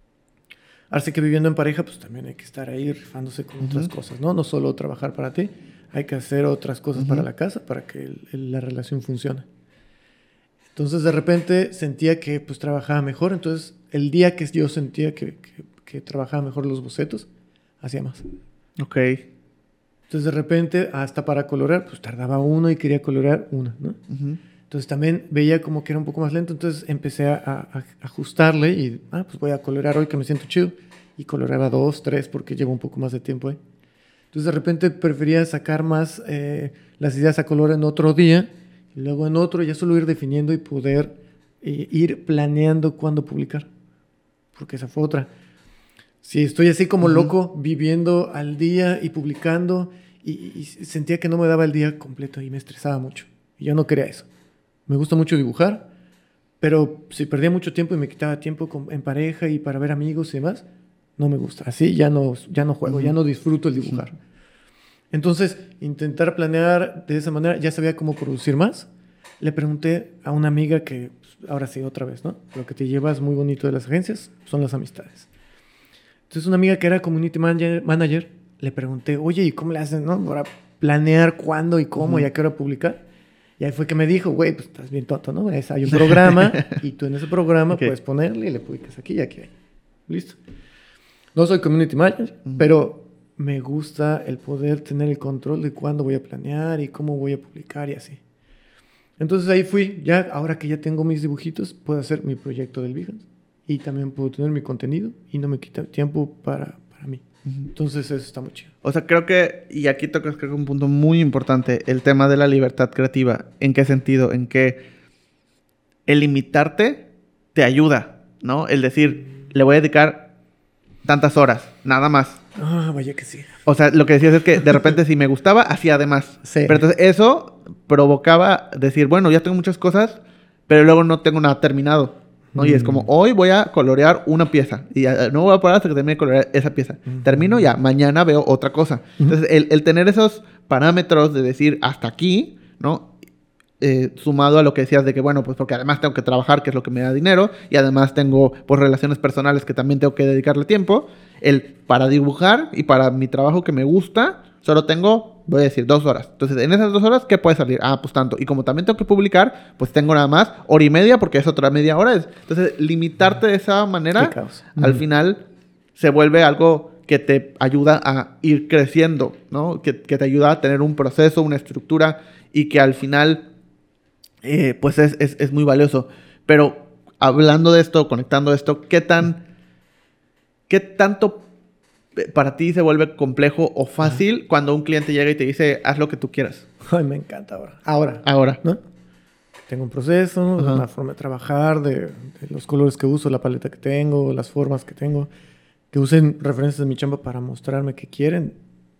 Así que viviendo en pareja, pues también hay que estar ahí rifándose con otras cosas, ¿no? No solo trabajar para ti, hay que hacer otras cosas para la casa, para que la relación funcione. Entonces, de repente, sentía que pues trabajaba mejor. Entonces, el día que yo sentía que trabajaba mejor los bocetos, hacía más. Ok. Entonces, de repente, hasta para colorear, pues tardaba uno y quería colorear una, ¿no? Entonces, también veía como que era un poco más lento. Entonces, empecé a ajustarle y, pues voy a colorear hoy que me siento chido. Y coloreaba 2, 3 porque llevo un poco más de tiempo ahí. Entonces, de repente, prefería sacar más las ideas a color en otro día. Y luego en otro, ya solo ir definiendo y poder ir planeando cuándo publicar. Porque esa fue otra. Si estoy así como loco, viviendo al día y publicando y sentía que no me daba el día completo y me estresaba mucho. Y yo no quería eso. Me gusta mucho dibujar, pero si perdía mucho tiempo y me quitaba tiempo en pareja y para ver amigos y demás, no me gusta. Así ya no juego, ya no disfruto el dibujar. Entonces, intentar planear de esa manera, ya sabía cómo producir más. Le pregunté a una amiga que, pues, ahora sí, otra vez, ¿no? Lo que te llevas muy bonito de las agencias son las amistades. Entonces, una amiga que era community manager, le pregunté, oye, ¿y cómo le hacen, no? Para planear cuándo y cómo y a qué hora publicar. Y ahí fue que me dijo, güey, pues estás bien tonto, ¿no? Hay un programa y tú en ese programa puedes ponerle y le publicas aquí y aquí. Listo. No soy community manager, pero me gusta el poder tener el control de cuándo voy a planear y cómo voy a publicar y así. Entonces ahí fui, ya ahora que ya tengo mis dibujitos, puedo hacer mi proyecto del Behance y también puedo tener mi contenido y no me quita tiempo para mí. Entonces eso está muy chido. O sea, creo que, y aquí tocas creo que un punto muy importante, el tema de la libertad creativa. ¿En qué sentido? En que el limitarte te ayuda, ¿no? El decir, le voy a dedicar tantas horas, nada más. Ah, vaya que sí. O sea, lo que decías es que de repente si me gustaba, hacía de más. Sí. Pero entonces eso provocaba decir, bueno, ya tengo muchas cosas, pero luego no tengo nada terminado, ¿no? Y es como, hoy voy a colorear una pieza y no voy a parar hasta que termine de colorear esa pieza. Termino ya, mañana veo otra cosa. Entonces, el tener esos parámetros de decir hasta aquí, ¿no? Sumado a lo que decías de que, bueno, pues porque además tengo que trabajar, que es lo que me da dinero, y además tengo, pues, relaciones personales que también tengo que dedicarle tiempo. Para dibujar y para mi trabajo que me gusta, solo tengo, voy a decir, 2 horas. Entonces, en esas 2 horas, ¿qué puede salir? Ah, pues tanto. Y como también tengo que publicar, pues tengo nada más 1:30 porque es otra media hora. Entonces, limitarte de esa manera, al final, se vuelve algo que te ayuda a ir creciendo, ¿no? Que te ayuda a tener un proceso, una estructura y que al final, pues es muy valioso. Pero hablando de esto, conectando esto, ¿qué tanto para ti se vuelve complejo o fácil cuando un cliente llega y te dice, haz lo que tú quieras? Ay, me encanta ahora. Ahora. ¿No? Tengo un proceso, una forma de trabajar, de los colores que uso, la paleta que tengo, las formas que tengo, que usen referencias de mi chamba para mostrarme qué quieren.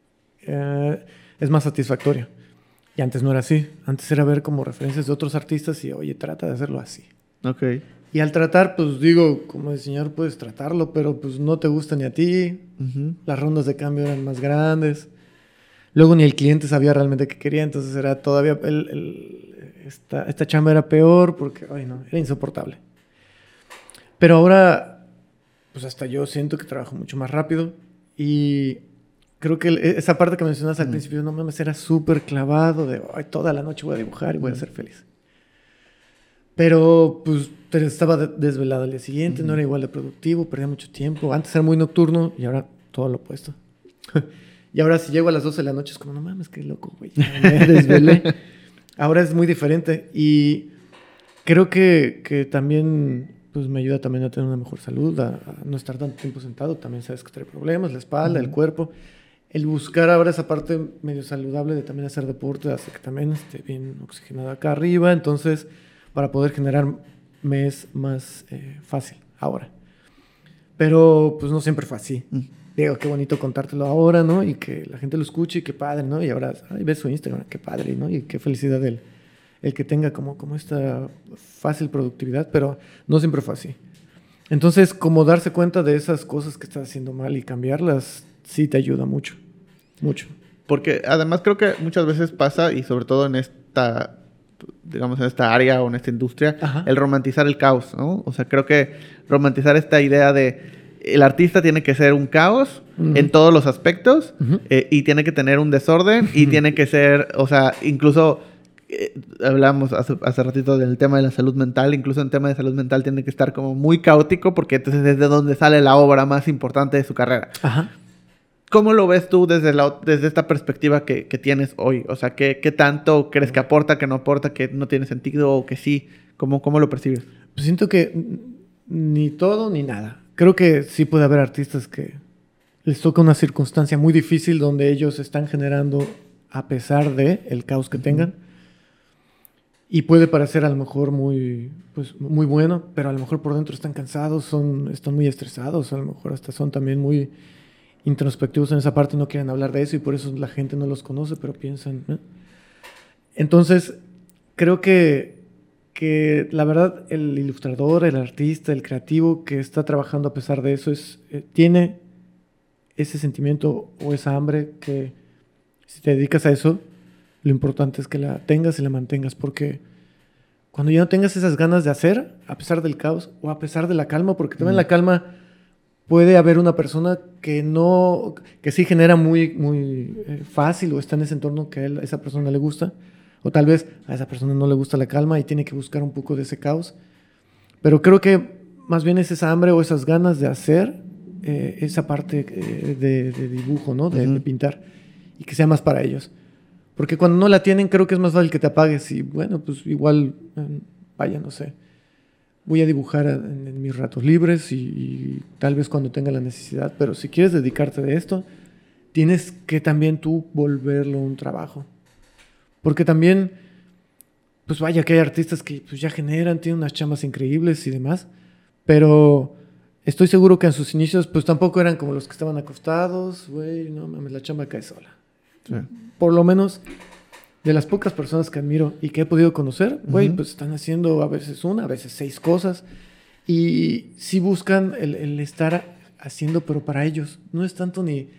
Es más satisfactorio. Y antes no era así. Antes era ver como referencias de otros artistas y, oye, trata de hacerlo así. Ok. Y al tratar, pues digo, como diseñador puedes tratarlo, pero pues no te gusta ni a ti. Las rondas de cambio eran más grandes. Luego ni el cliente sabía realmente qué quería, entonces era todavía... esta chamba era peor porque, ay no, era insoportable. Pero ahora, pues hasta yo siento que trabajo mucho más rápido y creo que esa parte que mencionas al principio, no mames, era súper clavado de, ay, toda la noche voy a dibujar y voy a ser feliz. Pero pues estaba desvelado al día siguiente, no era igual de productivo, perdía mucho tiempo. Antes era muy nocturno y ahora todo lo opuesto. Y ahora si llego a las 12 de la noche es como, no mames, qué loco, güey, me desvelé. Ahora es muy diferente y creo que también pues me ayuda también a tener una mejor salud, a no estar tanto tiempo sentado. También sabes que trae problemas, la espalda, el cuerpo. El buscar ahora esa parte medio saludable de también hacer deporte hace que también esté bien oxigenado acá arriba. Entonces, para poder generar me es más fácil ahora. Pero pues no siempre fue así. Digo, qué bonito contártelo ahora, ¿no? Y que la gente lo escuche y qué padre, ¿no? Y ahora, ay, ves su Instagram, qué padre, ¿no? Y qué felicidad el que tenga como esta fácil productividad, pero no siempre fue así. Entonces, como darse cuenta de esas cosas que estás haciendo mal y cambiarlas, sí te ayuda mucho, mucho. Porque además creo que muchas veces pasa, y sobre todo en esta, digamos, en esta área o en esta industria, el romantizar el caos, ¿no? O sea, creo que romantizar esta idea de el artista tiene que ser un caos en todos los aspectos y tiene que tener un desorden y tiene que ser, o sea, incluso hablamos hace ratito del tema de la salud mental, incluso en tema de salud mental tiene que estar como muy caótico porque entonces es de donde sale la obra más importante de su carrera. ¿Cómo lo ves tú desde esta perspectiva que tienes hoy? O sea, ¿qué tanto crees que aporta, que no aporta, que no tiene sentido o que sí? ¿Cómo lo percibes? Pues siento que ni todo ni nada. Creo que sí puede haber artistas que les toca una circunstancia muy difícil donde ellos están generando a pesar de el caos que tengan. Y puede parecer a lo mejor muy bueno, pero a lo mejor por dentro están cansados, están muy estresados, a lo mejor hasta son también muy introspectivos en esa parte y no quieren hablar de eso y por eso la gente no los conoce, pero piensan... Entonces, creo que la verdad el ilustrador, el artista, el creativo que está trabajando a pesar de eso tiene ese sentimiento o esa hambre que si te dedicas a eso, lo importante es que la tengas y la mantengas, porque cuando ya no tengas esas ganas de hacer, a pesar del caos o a pesar de la calma, porque también la calma puede haber una persona que sí genera muy, muy fácil o está en ese entorno que a esa persona le gusta, o tal vez a esa persona no le gusta la calma y tiene que buscar un poco de ese caos. Pero creo que más bien es esa hambre o esas ganas de hacer esa parte de dibujo, ¿no? De pintar, y que sea más para ellos. Porque cuando no la tienen, creo que es más fácil que te apagues y bueno, pues igual, vaya, no sé, voy a dibujar en mis ratos libres y tal vez cuando tenga la necesidad, pero si quieres dedicarte de esto, tienes que también tú volverlo un trabajo. Porque también, pues vaya que hay artistas que pues ya generan, tienen unas chambas increíbles y demás, pero estoy seguro que en sus inicios pues tampoco eran como los que estaban acostados, güey, no mames, la chamba cae sola. Sí. Por lo menos de las pocas personas que admiro y que he podido conocer, güey, pues están haciendo a veces 1, a veces 6 cosas y sí buscan el estar haciendo, pero para ellos. No es tanto ni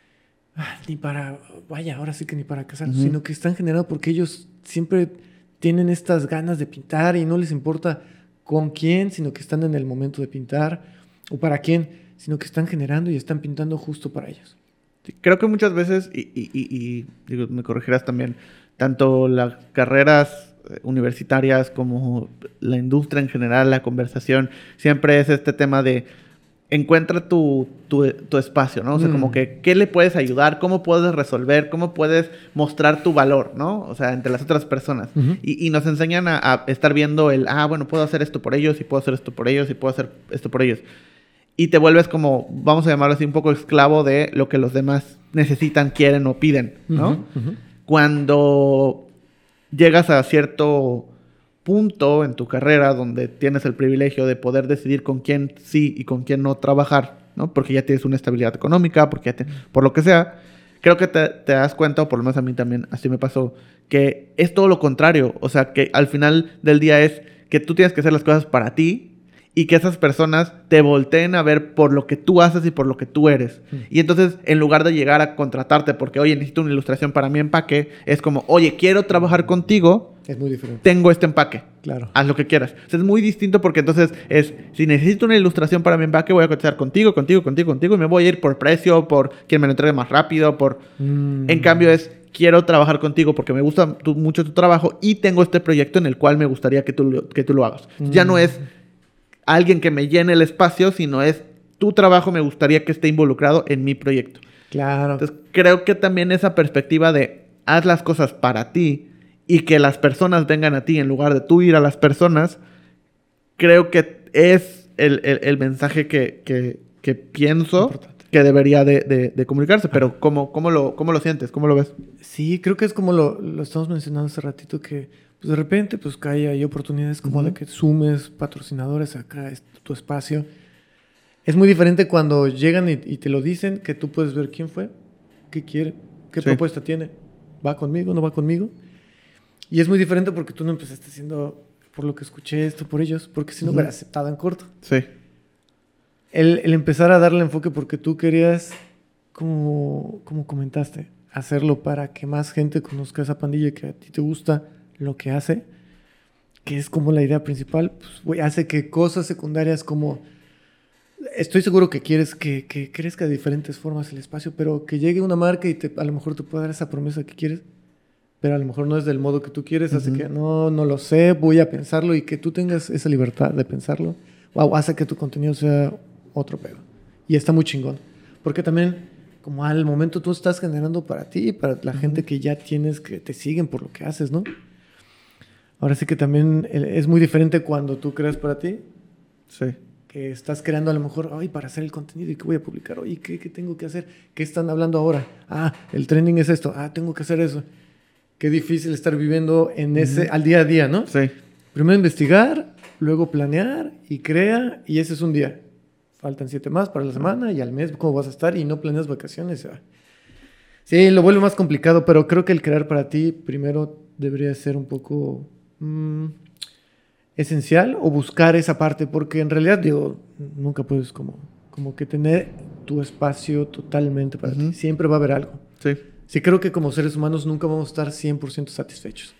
para, vaya, ahora sí que ni para casar, sino que están generando porque ellos siempre tienen estas ganas de pintar y no les importa con quién, sino que están en el momento de pintar o para quién, sino que están generando y están pintando justo para ellos. Sí, creo que muchas veces, y digo, me corregirás también, tanto las carreras universitarias como la industria en general, la conversación, siempre es este tema de encuentra tu espacio, ¿no? O sea, como que, ¿qué le puedes ayudar? ¿Cómo puedes resolver? ¿Cómo puedes mostrar tu valor, ¿no? O sea, entre las otras personas. Y nos enseñan a estar viendo bueno, puedo hacer esto por ellos, y puedo hacer esto por ellos, y puedo hacer esto por ellos. Y te vuelves como, vamos a llamarlo así, un poco esclavo de lo que los demás necesitan, quieren o piden, ¿no? Cuando llegas a cierto punto en tu carrera donde tienes el privilegio de poder decidir con quién sí y con quién no trabajar, ¿no? Porque ya tienes una estabilidad económica, por lo que sea, creo que te das cuenta, o por lo menos a mí también así me pasó, que es todo lo contrario. O sea, que al final del día es que tú tienes que hacer las cosas para ti y que esas personas te volteen a ver por lo que tú haces y por lo que tú eres. Y entonces, en lugar de llegar a contratarte porque, oye, necesito una ilustración para mi empaque, es como, oye, quiero trabajar contigo. Es muy diferente. Tengo este empaque. Claro. Haz lo que quieras. O sea, es muy distinto porque entonces si necesito una ilustración para mi empaque, voy a cotizar contigo, y me voy a ir por precio, por quien me lo entregue más rápido, En cambio quiero trabajar contigo porque me gusta mucho tu trabajo y tengo este proyecto en el cual me gustaría que tú lo hagas. Ya no es alguien que me llene el espacio, sino es tu trabajo, me gustaría que esté involucrado en mi proyecto. Claro. Entonces, creo que también esa perspectiva de haz las cosas para ti y que las personas vengan a ti en lugar de tú ir a las personas, creo que es el mensaje que pienso importante, que debería de comunicarse. Pero ¿cómo lo sientes? ¿Cómo lo ves? Sí, creo que es como lo estamos mencionando hace ratito, que pues de repente pues hay oportunidades como de que sumes patrocinadores acá, tu espacio. Es muy diferente cuando llegan y te lo dicen, que tú puedes ver quién fue, qué quiere, qué propuesta tiene, va conmigo, no va conmigo. Y es muy diferente porque tú no empezaste haciendo por lo que escuché esto por ellos, porque si no hubiera aceptado en corto. Sí. El empezar a darle enfoque porque tú querías, como comentaste, hacerlo para que más gente conozca esa pandilla y que a ti te gusta lo que hace, que es como la idea principal, pues hace que cosas secundarias como... Estoy seguro que quieres que crezca de diferentes formas el espacio, pero que llegue una marca y a lo mejor te pueda dar esa promesa que quieres, pero a lo mejor no es del modo que tú quieres, hace que no lo sé, voy a pensarlo, y que tú tengas esa libertad de pensarlo, hace que tu contenido sea otro pedo. Y está muy chingón, porque también como al momento tú estás generando para ti y para la gente que ya tienes, que te siguen por lo que haces, ¿no? Ahora sí que también es muy diferente cuando tú creas para ti. Sí. Que estás creando a lo mejor, para hacer el contenido, ¿y qué voy a publicar? Oye, ¿qué tengo que hacer? ¿Qué están hablando ahora? El trending es esto. Tengo que hacer eso. Qué difícil estar viviendo en ese, al día a día, ¿no? Sí. Primero investigar, luego planear y crea, y ese es un día. faltan 7 más para la semana y al mes cómo vas a estar y no planeas vacaciones. Sí, lo vuelve más complicado, pero creo que el crear para ti primero debería ser un poco esencial o buscar esa parte, porque en realidad, digo, nunca puedes como que tener tu espacio totalmente para ti. Siempre va a haber algo. Sí. Sí, creo que como seres humanos nunca vamos a estar 100% satisfechos.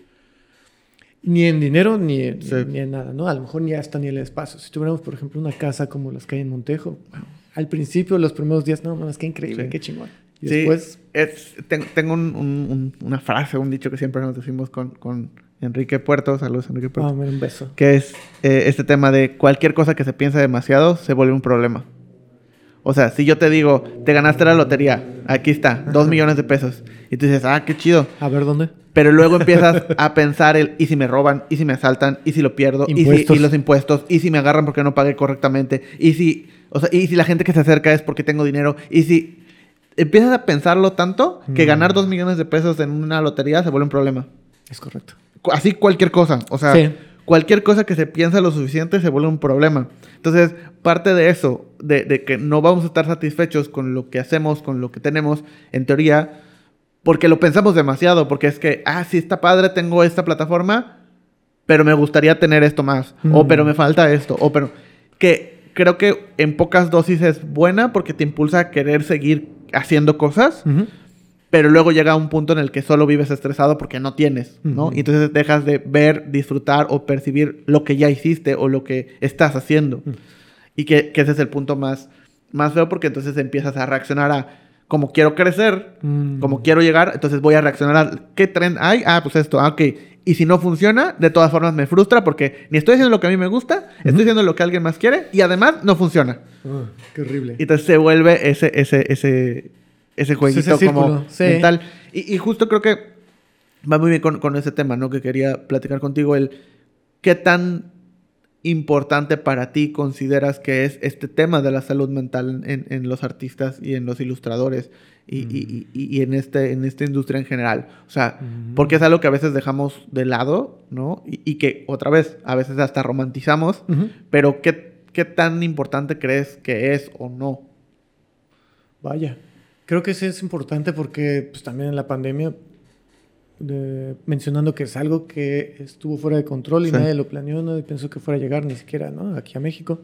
Ni en dinero, ni en nada, ¿no? A lo mejor ni hasta ni el espacio. Si tuviéramos, por ejemplo, una casa como las que hay en Montejo, al principio, los primeros días, no, es que increíble, qué chingón. Y después... Tengo una frase, un dicho que siempre nos decimos con Enrique Puerto. Saludos, Enrique Puerto. Mira, un beso. Que es este tema de cualquier cosa que se piensa demasiado se vuelve un problema. O sea, si yo te digo, te ganaste la lotería, aquí está, 2 millones de pesos. Y tú dices, qué chido. A ver, ¿dónde? Pero luego empiezas a pensar ¿y si me roban? ¿Y si me asaltan? ¿Y si lo pierdo? ¿Y los impuestos? ¿Y si me agarran porque no pagué correctamente? ¿Y si la gente que se acerca es porque tengo dinero? ¿Y si empiezas a pensarlo tanto que ganar 2 millones de pesos en una lotería se vuelve un problema? Es correcto. Así cualquier cosa. O sea, sí. Cualquier cosa que se piensa lo suficiente se vuelve un problema. Entonces, parte de eso, de que no vamos a estar satisfechos con lo que hacemos, con lo que tenemos, en teoría, porque lo pensamos demasiado, porque es que, sí está padre, tengo esta plataforma, pero me gustaría tener esto más, o pero me falta esto, o pero... Que creo que en pocas dosis es buena porque te impulsa a querer seguir haciendo cosas, pero luego llega un punto en el que solo vives estresado porque no tienes, ¿no? Y entonces dejas de ver, disfrutar o percibir lo que ya hiciste o lo que estás haciendo. Y que ese es el punto más feo, porque entonces empiezas a reaccionar a como quiero crecer, como quiero llegar, entonces voy a reaccionar a ¿qué trend hay? Pues esto, ok. Y si no funciona, de todas formas me frustra porque ni estoy haciendo lo que a mí me gusta, estoy haciendo lo que alguien más quiere y además no funciona. Qué horrible. Y entonces se vuelve ese jueguito como mental. Y justo creo que va muy bien con ese tema, ¿no? Que quería platicar contigo, ¿qué tan importante para ti consideras que es este tema de la salud mental en los artistas y en los ilustradores y en esta industria en general? O sea, porque es algo que a veces dejamos de lado, ¿no? Y que, otra vez, a veces hasta romantizamos, pero ¿qué tan importante crees que es o no? Vaya. Creo que sí es importante porque pues, también en la pandemia, mencionando que es algo que estuvo fuera de control y nadie lo planeó, nadie pensó que fuera a llegar ni siquiera, ¿no? Aquí a México.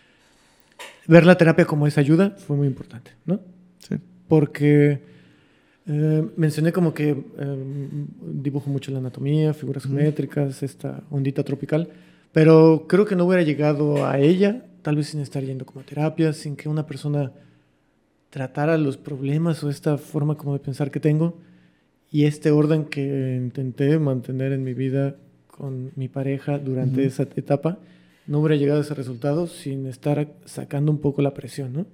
Ver la terapia como esa ayuda fue muy importante, ¿no? Sí. Porque mencioné como que dibujo mucho la anatomía, figuras geométricas, esta ondita tropical, pero creo que no hubiera llegado a ella, tal vez sin estar yendo como a terapia, sin que una persona tratara los problemas o esta forma como de pensar que tengo y este orden que intenté mantener en mi vida con mi pareja durante esa etapa, no hubiera llegado a ese resultado sin estar sacando un poco la presión, ¿no?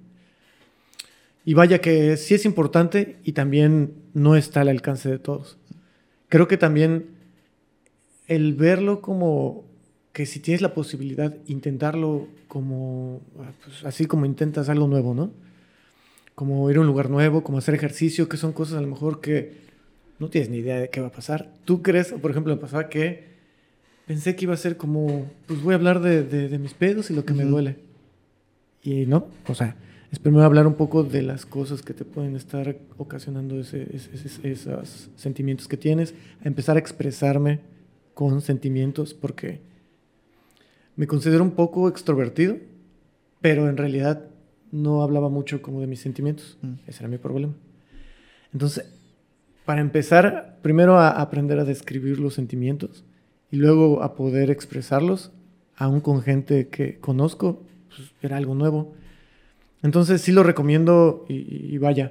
Y vaya que sí es importante y también no está al alcance de todos. Creo que también el verlo como que si tienes la posibilidad, intentarlo como, pues, así como intentas algo nuevo, ¿no? Como ir a un lugar nuevo, como hacer ejercicio, que son cosas a lo mejor que no tienes ni idea de qué va a pasar. ¿Tú crees, por ejemplo, me pasaba que pensé que iba a ser como, pues voy a hablar de mis pedos y lo que me duele? Y no, o sea, es primero hablar un poco de las cosas que te pueden estar ocasionando esos sentimientos que tienes, a empezar a expresarme con sentimientos, porque me considero un poco extrovertido, pero en realidad no hablaba mucho como de mis sentimientos. Ese era mi problema. Entonces, para empezar, primero a aprender a describir los sentimientos y luego a poder expresarlos, aún con gente que conozco, pues era algo nuevo. Entonces sí lo recomiendo y vaya,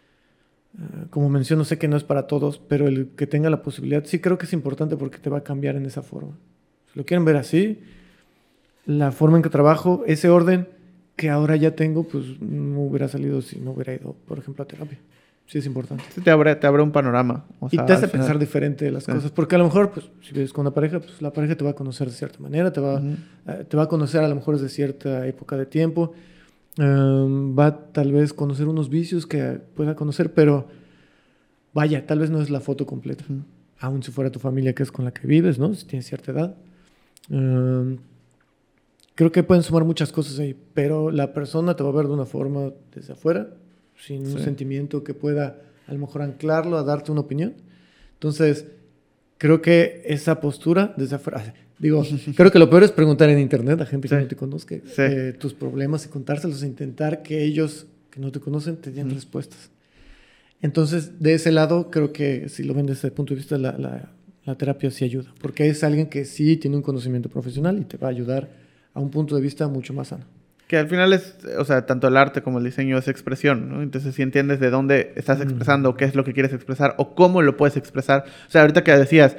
como menciono, sé que no es para todos, pero el que tenga la posibilidad, sí creo que es importante porque te va a cambiar en esa forma. Si lo quieren ver así, la forma en que trabajo, ese orden que ahora ya tengo, pues no hubiera salido si no hubiera ido, por ejemplo, a terapia. Sí es importante. Sí, te abre un panorama. O sea, y te hace pensar diferente de las cosas. Porque a lo mejor, pues, si vives con una pareja, pues la pareja te va a conocer de cierta manera, te va a conocer a lo mejor desde cierta época de tiempo, va tal vez conocer unos vicios que pueda conocer, pero vaya, tal vez no es la foto completa. Aún si fuera tu familia, que es con la que vives, ¿no? Si tienes cierta edad. creo que pueden sumar muchas cosas ahí, pero la persona te va a ver de una forma desde afuera, sin un sentimiento que pueda a lo mejor anclarlo a darte una opinión. Entonces, creo que esa postura desde afuera... creo que lo peor es preguntar en internet a gente que no te conozca tus problemas y contárselos e intentar que ellos que no te conocen te den respuestas. Entonces, de ese lado, creo que si lo ven desde ese punto de vista, la terapia sí ayuda, porque es alguien que sí tiene un conocimiento profesional y te va a ayudar a un punto de vista mucho más sano. Que al final es, o sea, tanto el arte como el diseño es expresión, ¿no? Entonces, si entiendes de dónde estás expresando, qué es lo que quieres expresar o cómo lo puedes expresar. O sea, ahorita que decías,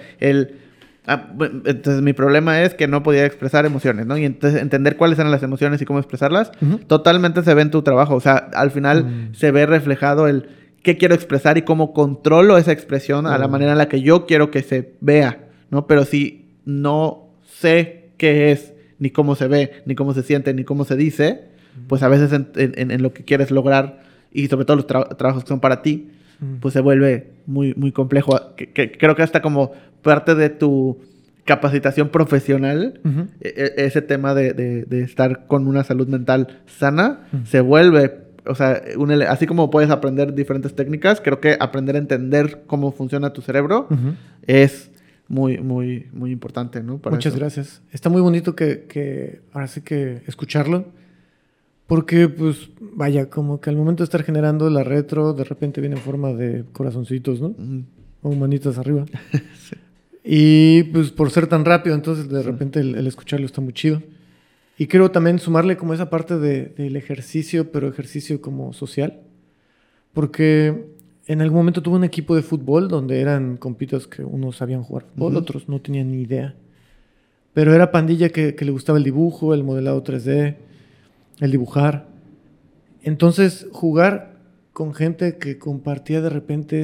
entonces mi problema es que no podía expresar emociones, ¿no? Y entonces entender cuáles eran las emociones y cómo expresarlas, totalmente se ve en tu trabajo. O sea, al final se ve reflejado el qué quiero expresar y cómo controlo esa expresión a la manera en la que yo quiero que se vea, ¿no? Pero si no sé qué es, ni cómo se ve, ni cómo se siente, ni cómo se dice, pues a veces en lo que quieres lograr, y sobre todo los trabajos que son para ti, pues se vuelve muy, muy complejo. Creo que hasta como parte de tu capacitación profesional, ese tema de estar con una salud mental sana, se vuelve, o sea, así como puedes aprender diferentes técnicas, creo que aprender a entender cómo funciona tu cerebro es muy, muy, muy importante, ¿no? Muchas gracias. Está muy bonito que ahora sí que escucharlo. Porque, pues, vaya, como que al momento de estar generando la retro, de repente viene en forma de corazoncitos, ¿no? O manitas arriba. Sí. Y, pues, por ser tan rápido, entonces, de repente el escucharlo está muy chido. Y quiero también sumarle como esa parte del ejercicio, pero ejercicio como social. Porque en algún momento tuve un equipo de fútbol donde eran compitas que unos sabían jugar fútbol, otros no tenían ni idea. Pero era pandilla que le gustaba el dibujo, el modelado 3D... el dibujar. Entonces, jugar con gente que compartía de repente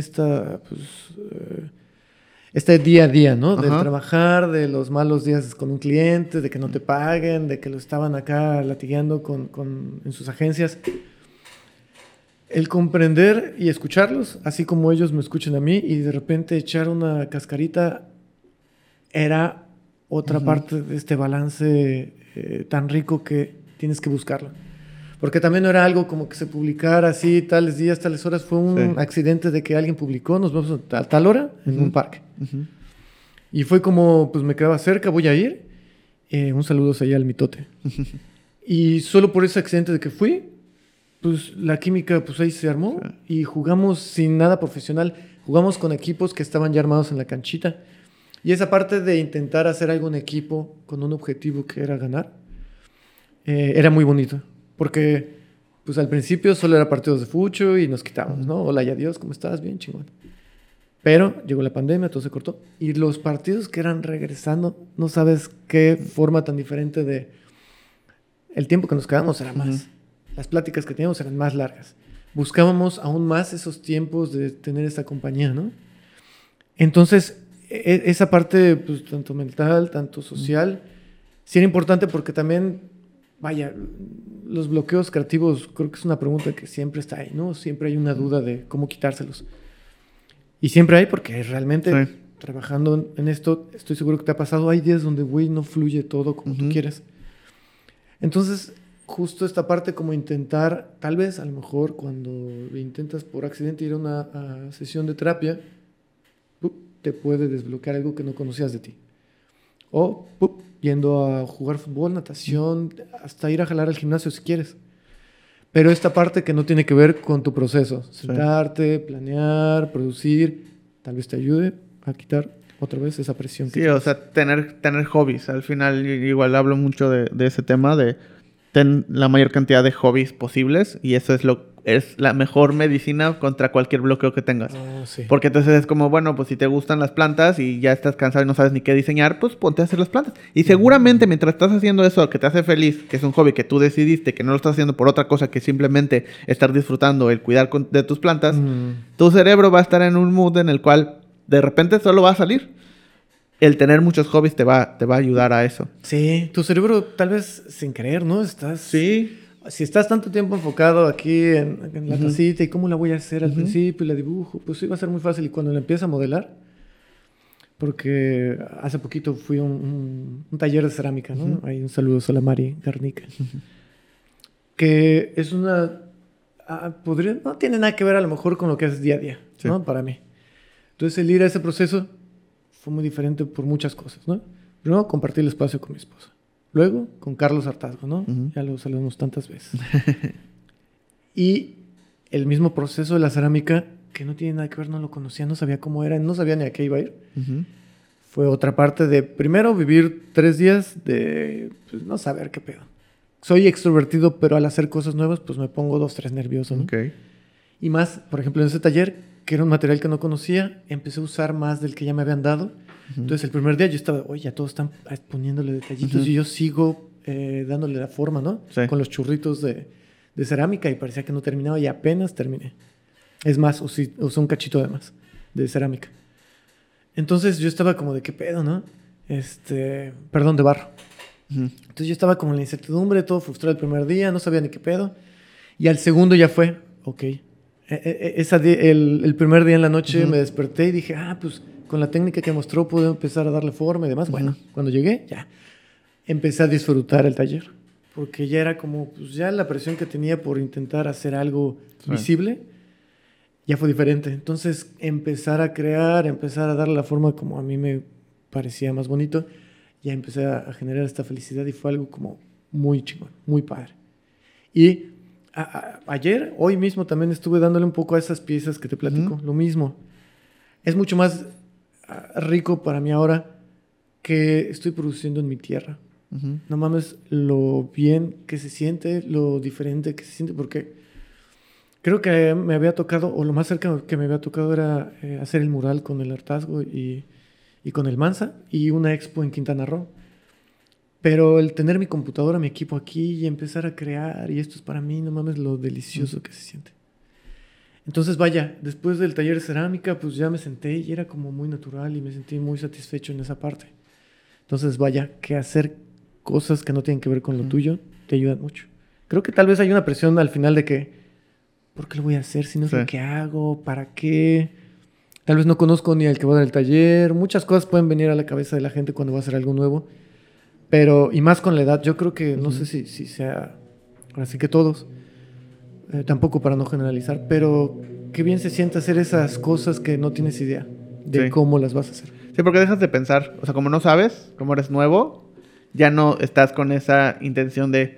este día a día, ¿no? Del trabajar, de los malos días con un cliente, de que no te paguen, de que lo estaban acá latigueando en sus agencias. El comprender y escucharlos, así como ellos me escuchan a mí, y de repente echar una cascarita era otra parte de este balance tan rico que tienes que buscarlo. Porque también no era algo como que se publicara así, tales días, tales horas. Fue un accidente de que alguien publicó, nos vemos a tal hora en un parque. Y fue como, pues me quedaba cerca, voy a ir. Un saludo allá al mitote. Y solo por ese accidente de que fui, pues la química pues ahí se armó. Y jugamos sin nada profesional. Jugamos con equipos que estaban ya armados en la canchita. Y esa parte de intentar hacer algo en equipo con un objetivo que era ganar, era muy bonito, porque pues al principio solo era partidos de fucho y nos quitábamos, ¿no? Hola y adiós, ¿cómo estás? Bien, chingón. Pero llegó la pandemia, todo se cortó. Y los partidos que eran regresando, no sabes qué forma tan diferente de... El tiempo que nos quedamos era más. Las pláticas que teníamos eran más largas. Buscábamos aún más esos tiempos de tener esta compañía, ¿no? Entonces, esa parte, pues tanto mental, tanto social, sí era importante porque también... Vaya, los bloqueos creativos creo que es una pregunta que siempre está ahí, ¿no? Siempre hay una duda de cómo quitárselos. Y siempre hay porque realmente trabajando en esto, estoy seguro que te ha pasado, hay días donde, güey, no fluye todo como tú quieres. Entonces, justo esta parte como intentar, tal vez a lo mejor cuando intentas por accidente ir a una sesión de terapia, te puede desbloquear algo que no conocías de ti. O yendo a jugar fútbol, natación, hasta ir a jalar al gimnasio si quieres. Pero esta parte que no tiene que ver con tu proceso. Sentarte, planear, producir, tal vez te ayude a quitar otra vez esa presión. Sí, o sea, tener hobbies. Al final, igual hablo mucho de ese tema, de tener la mayor cantidad de hobbies posibles. Y eso es la mejor medicina contra cualquier bloqueo que tengas. Sí. Porque entonces es como, bueno, pues si te gustan las plantas y ya estás cansado y no sabes ni qué diseñar, pues ponte a hacer las plantas. Y seguramente mientras estás haciendo eso que te hace feliz, que es un hobby que tú decidiste, que no lo estás haciendo por otra cosa que simplemente estar disfrutando el cuidar de tus plantas, tu cerebro va a estar en un mood en el cual de repente solo va a salir. El tener muchos hobbies te va a ayudar a eso. Sí, tu cerebro tal vez sin querer, ¿no? Sí. Si estás tanto tiempo enfocado aquí en la tacita y cómo la voy a hacer al principio y la dibujo, pues sí va a ser muy fácil. Y cuando la empieza a modelar, porque hace poquito fui a un taller de cerámica, ¿no? Ahí un saludo a la Mari Garnica. Que es una... no tiene nada que ver a lo mejor con lo que haces día a día, ¿no? Para mí. Entonces el ir a ese proceso fue muy diferente por muchas cosas, ¿no? Primero, compartir el espacio con mi esposa. Luego, con Carlos Artazgo, ¿no? Ya lo saludamos tantas veces. Y el mismo proceso de la cerámica, que no tiene nada que ver, no lo conocía, no sabía cómo era, no sabía ni a qué iba a ir. Fue otra parte de, primero, vivir 3 días de pues, no saber qué pedo. Soy extrovertido, pero al hacer cosas nuevas, pues me pongo 2, 3 nervioso, ¿no? Okay. Y más, por ejemplo, en ese taller, que era un material que no conocía, empecé a usar más del que ya me habían dado. Entonces, el primer día yo estaba, oye, ya todos están poniéndole detallitos y yo sigo dándole la forma, ¿no? Sí. Con los churritos de cerámica y parecía que no terminaba y apenas terminé. Es más, usé un cachito de más de cerámica. Entonces, yo estaba como de qué pedo, ¿no? Perdón, de barro. Entonces, yo estaba como en la incertidumbre, todo frustrado el primer día, no sabía ni qué pedo. Y al segundo ya fue, ok. El primer día en la noche me desperté y dije, pues con la técnica que mostró puedo empezar a darle forma y demás. Bueno, cuando llegué, ya empecé a disfrutar el taller. Porque ya era como, pues ya la presión que tenía por intentar hacer algo visible, ya fue diferente. Entonces, empezar a crear, empezar a darle la forma como a mí me parecía más bonito, ya empecé a generar esta felicidad y fue algo como muy chingón, muy padre. Y ayer, hoy mismo también estuve dándole un poco a esas piezas que te platico, lo mismo. Es mucho más rico para mí ahora que estoy produciendo en mi tierra. No mames lo bien que se siente, lo diferente que se siente, porque creo que me había tocado, o lo más cerca que me había tocado era hacer el mural con el Artazgo y con el Mansa y una expo en Quintana Roo. Pero el tener mi computadora, mi equipo aquí y empezar a crear, y esto es para mí, no mames lo delicioso que se siente. Entonces, vaya, después del taller de cerámica, pues ya me senté y era como muy natural y me sentí muy satisfecho en esa parte. Entonces, vaya, que hacer cosas que no tienen que ver con lo tuyo te ayudan mucho. Creo que tal vez hay una presión al final de que, ¿por qué lo voy a hacer si no sé qué hago? ¿Para qué? Tal vez no conozco ni al que va a dar el taller. Muchas cosas pueden venir a la cabeza de la gente cuando va a hacer algo nuevo. Pero, y más con la edad, yo creo que, no sé si sea, así que todos, tampoco para no generalizar, pero qué bien se siente hacer esas cosas que no tienes idea de cómo las vas a hacer. Sí, porque dejas de pensar, o sea, como no sabes, como eres nuevo, ya no estás con esa intención de,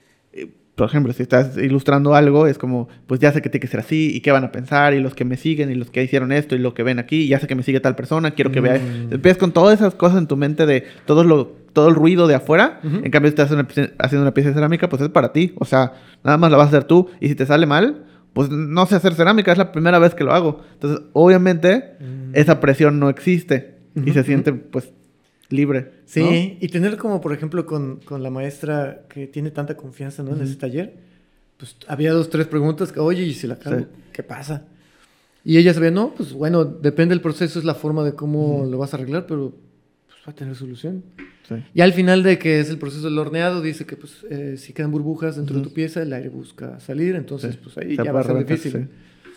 por ejemplo, si estás ilustrando algo, es como, pues ya sé que tiene que ser así, y qué van a pensar, y los que me siguen, y los que hicieron esto, y lo que ven aquí, y ya sé que me sigue tal persona, quiero que vea. Empiezas con todas esas cosas en tu mente de todo el ruido de afuera. En cambio, si estás haciendo una pieza de cerámica, pues es para ti. O sea, nada más la vas a hacer tú, y si te sale mal, pues no sé hacer cerámica, es la primera vez que lo hago. Entonces, obviamente, esa presión no existe, y se siente, pues, libre. Sí, ¿no? y tener como, por ejemplo, con la maestra que tiene tanta confianza, ¿no? En ese taller, pues había 2, 3 preguntas que, oye, y si la cago, ¿qué pasa? Y ella sabía, no, pues bueno, depende del proceso, es la forma de cómo lo vas a arreglar, pero pues va a tener solución. Sí. Y al final de que es el proceso del horneado, dice que pues si quedan burbujas dentro de tu pieza, el aire busca salir, entonces pues ahí ya va a ser difícil. Sí.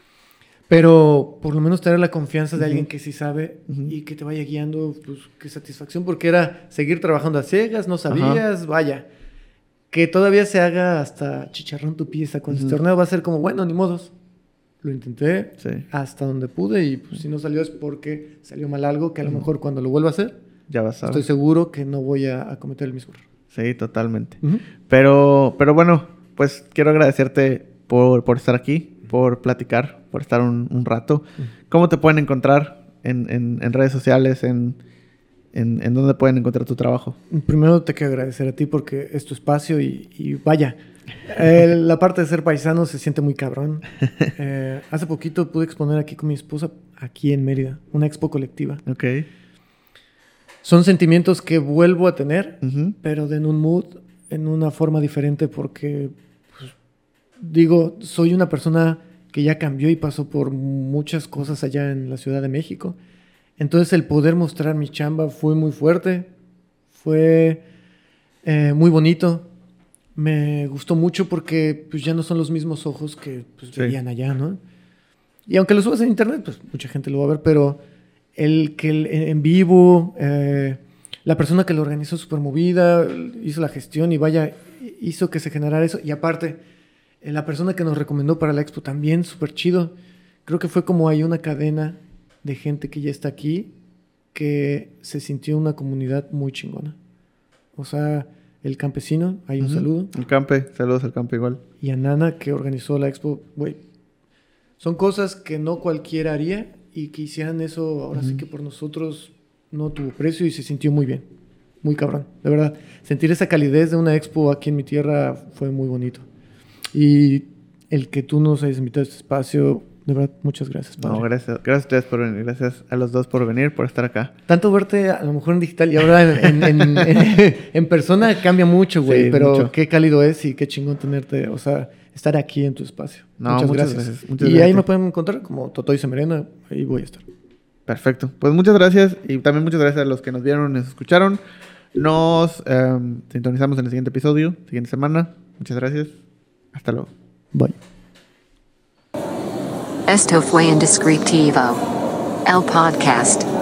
Pero por lo menos tener la confianza de alguien que sí sabe y que te vaya guiando, pues qué satisfacción, porque era seguir trabajando a ciegas, no sabías, vaya. Que todavía se haga hasta chicharrón tu pieza con este horneo va a ser como, bueno, ni modos. Lo intenté hasta donde pude y pues si no salió es porque salió mal algo que a lo mejor cuando lo vuelva a hacer, ya vas a estoy seguro que no voy a cometer el mismo error. Sí, totalmente. Pero bueno, pues quiero agradecerte por estar aquí, por platicar, por estar un rato. ¿Cómo te pueden encontrar en redes sociales, en dónde pueden encontrar tu trabajo? Primero te quiero agradecer a ti porque es tu espacio y vaya, la parte de ser paisano se siente muy cabrón. Hace poquito pude exponer aquí con mi esposa, aquí en Mérida, una expo colectiva. Ok. Son sentimientos que vuelvo a tener, pero en un mood, en una forma diferente porque, pues, digo, soy una persona que ya cambió y pasó por muchas cosas allá en la Ciudad de México. Entonces el poder mostrar mi chamba fue muy fuerte, fue muy bonito. Me gustó mucho porque pues, ya no son los mismos ojos que pues, veían allá, ¿no? Y aunque lo subas en internet, pues mucha gente lo va a ver, pero en vivo, la persona que lo organizó súper movida, hizo la gestión y vaya, hizo que se generara eso. Y aparte, la persona que nos recomendó para la expo también, súper chido. Creo que fue como hay una cadena de gente que ya está aquí, que se sintió una comunidad muy chingona. O sea, el campesino, hay un saludo. El Campe, saludos al Campe igual. Y a Nana, que organizó la expo, güey. Son cosas que no cualquiera haría y que hicieran eso, ahora sí que por nosotros no tuvo precio y se sintió muy bien. Muy cabrón, de verdad. Sentir esa calidez de una expo aquí en mi tierra fue muy bonito. Y el que tú nos hayas invitado a este espacio, de verdad, muchas gracias, padre. No, gracias. Gracias a ustedes por venir. Gracias a los dos por venir, por estar acá. Tanto verte a lo mejor en digital y ahora en persona cambia mucho, güey. Sí, pero mucho. qué cálido es y qué chingón tenerte, o sea, estar aquí en tu espacio. No, muchas gracias. Muchas Y gracias. ahí me pueden encontrar como Totoy Semerena, ahí voy a estar. Perfecto. Pues muchas gracias y también muchas gracias a los que nos vieron y nos escucharon. Nos sintonizamos en el siguiente episodio, siguiente semana. Muchas gracias. Hasta luego. Bye. Esto fue Indescriptivo, el podcast.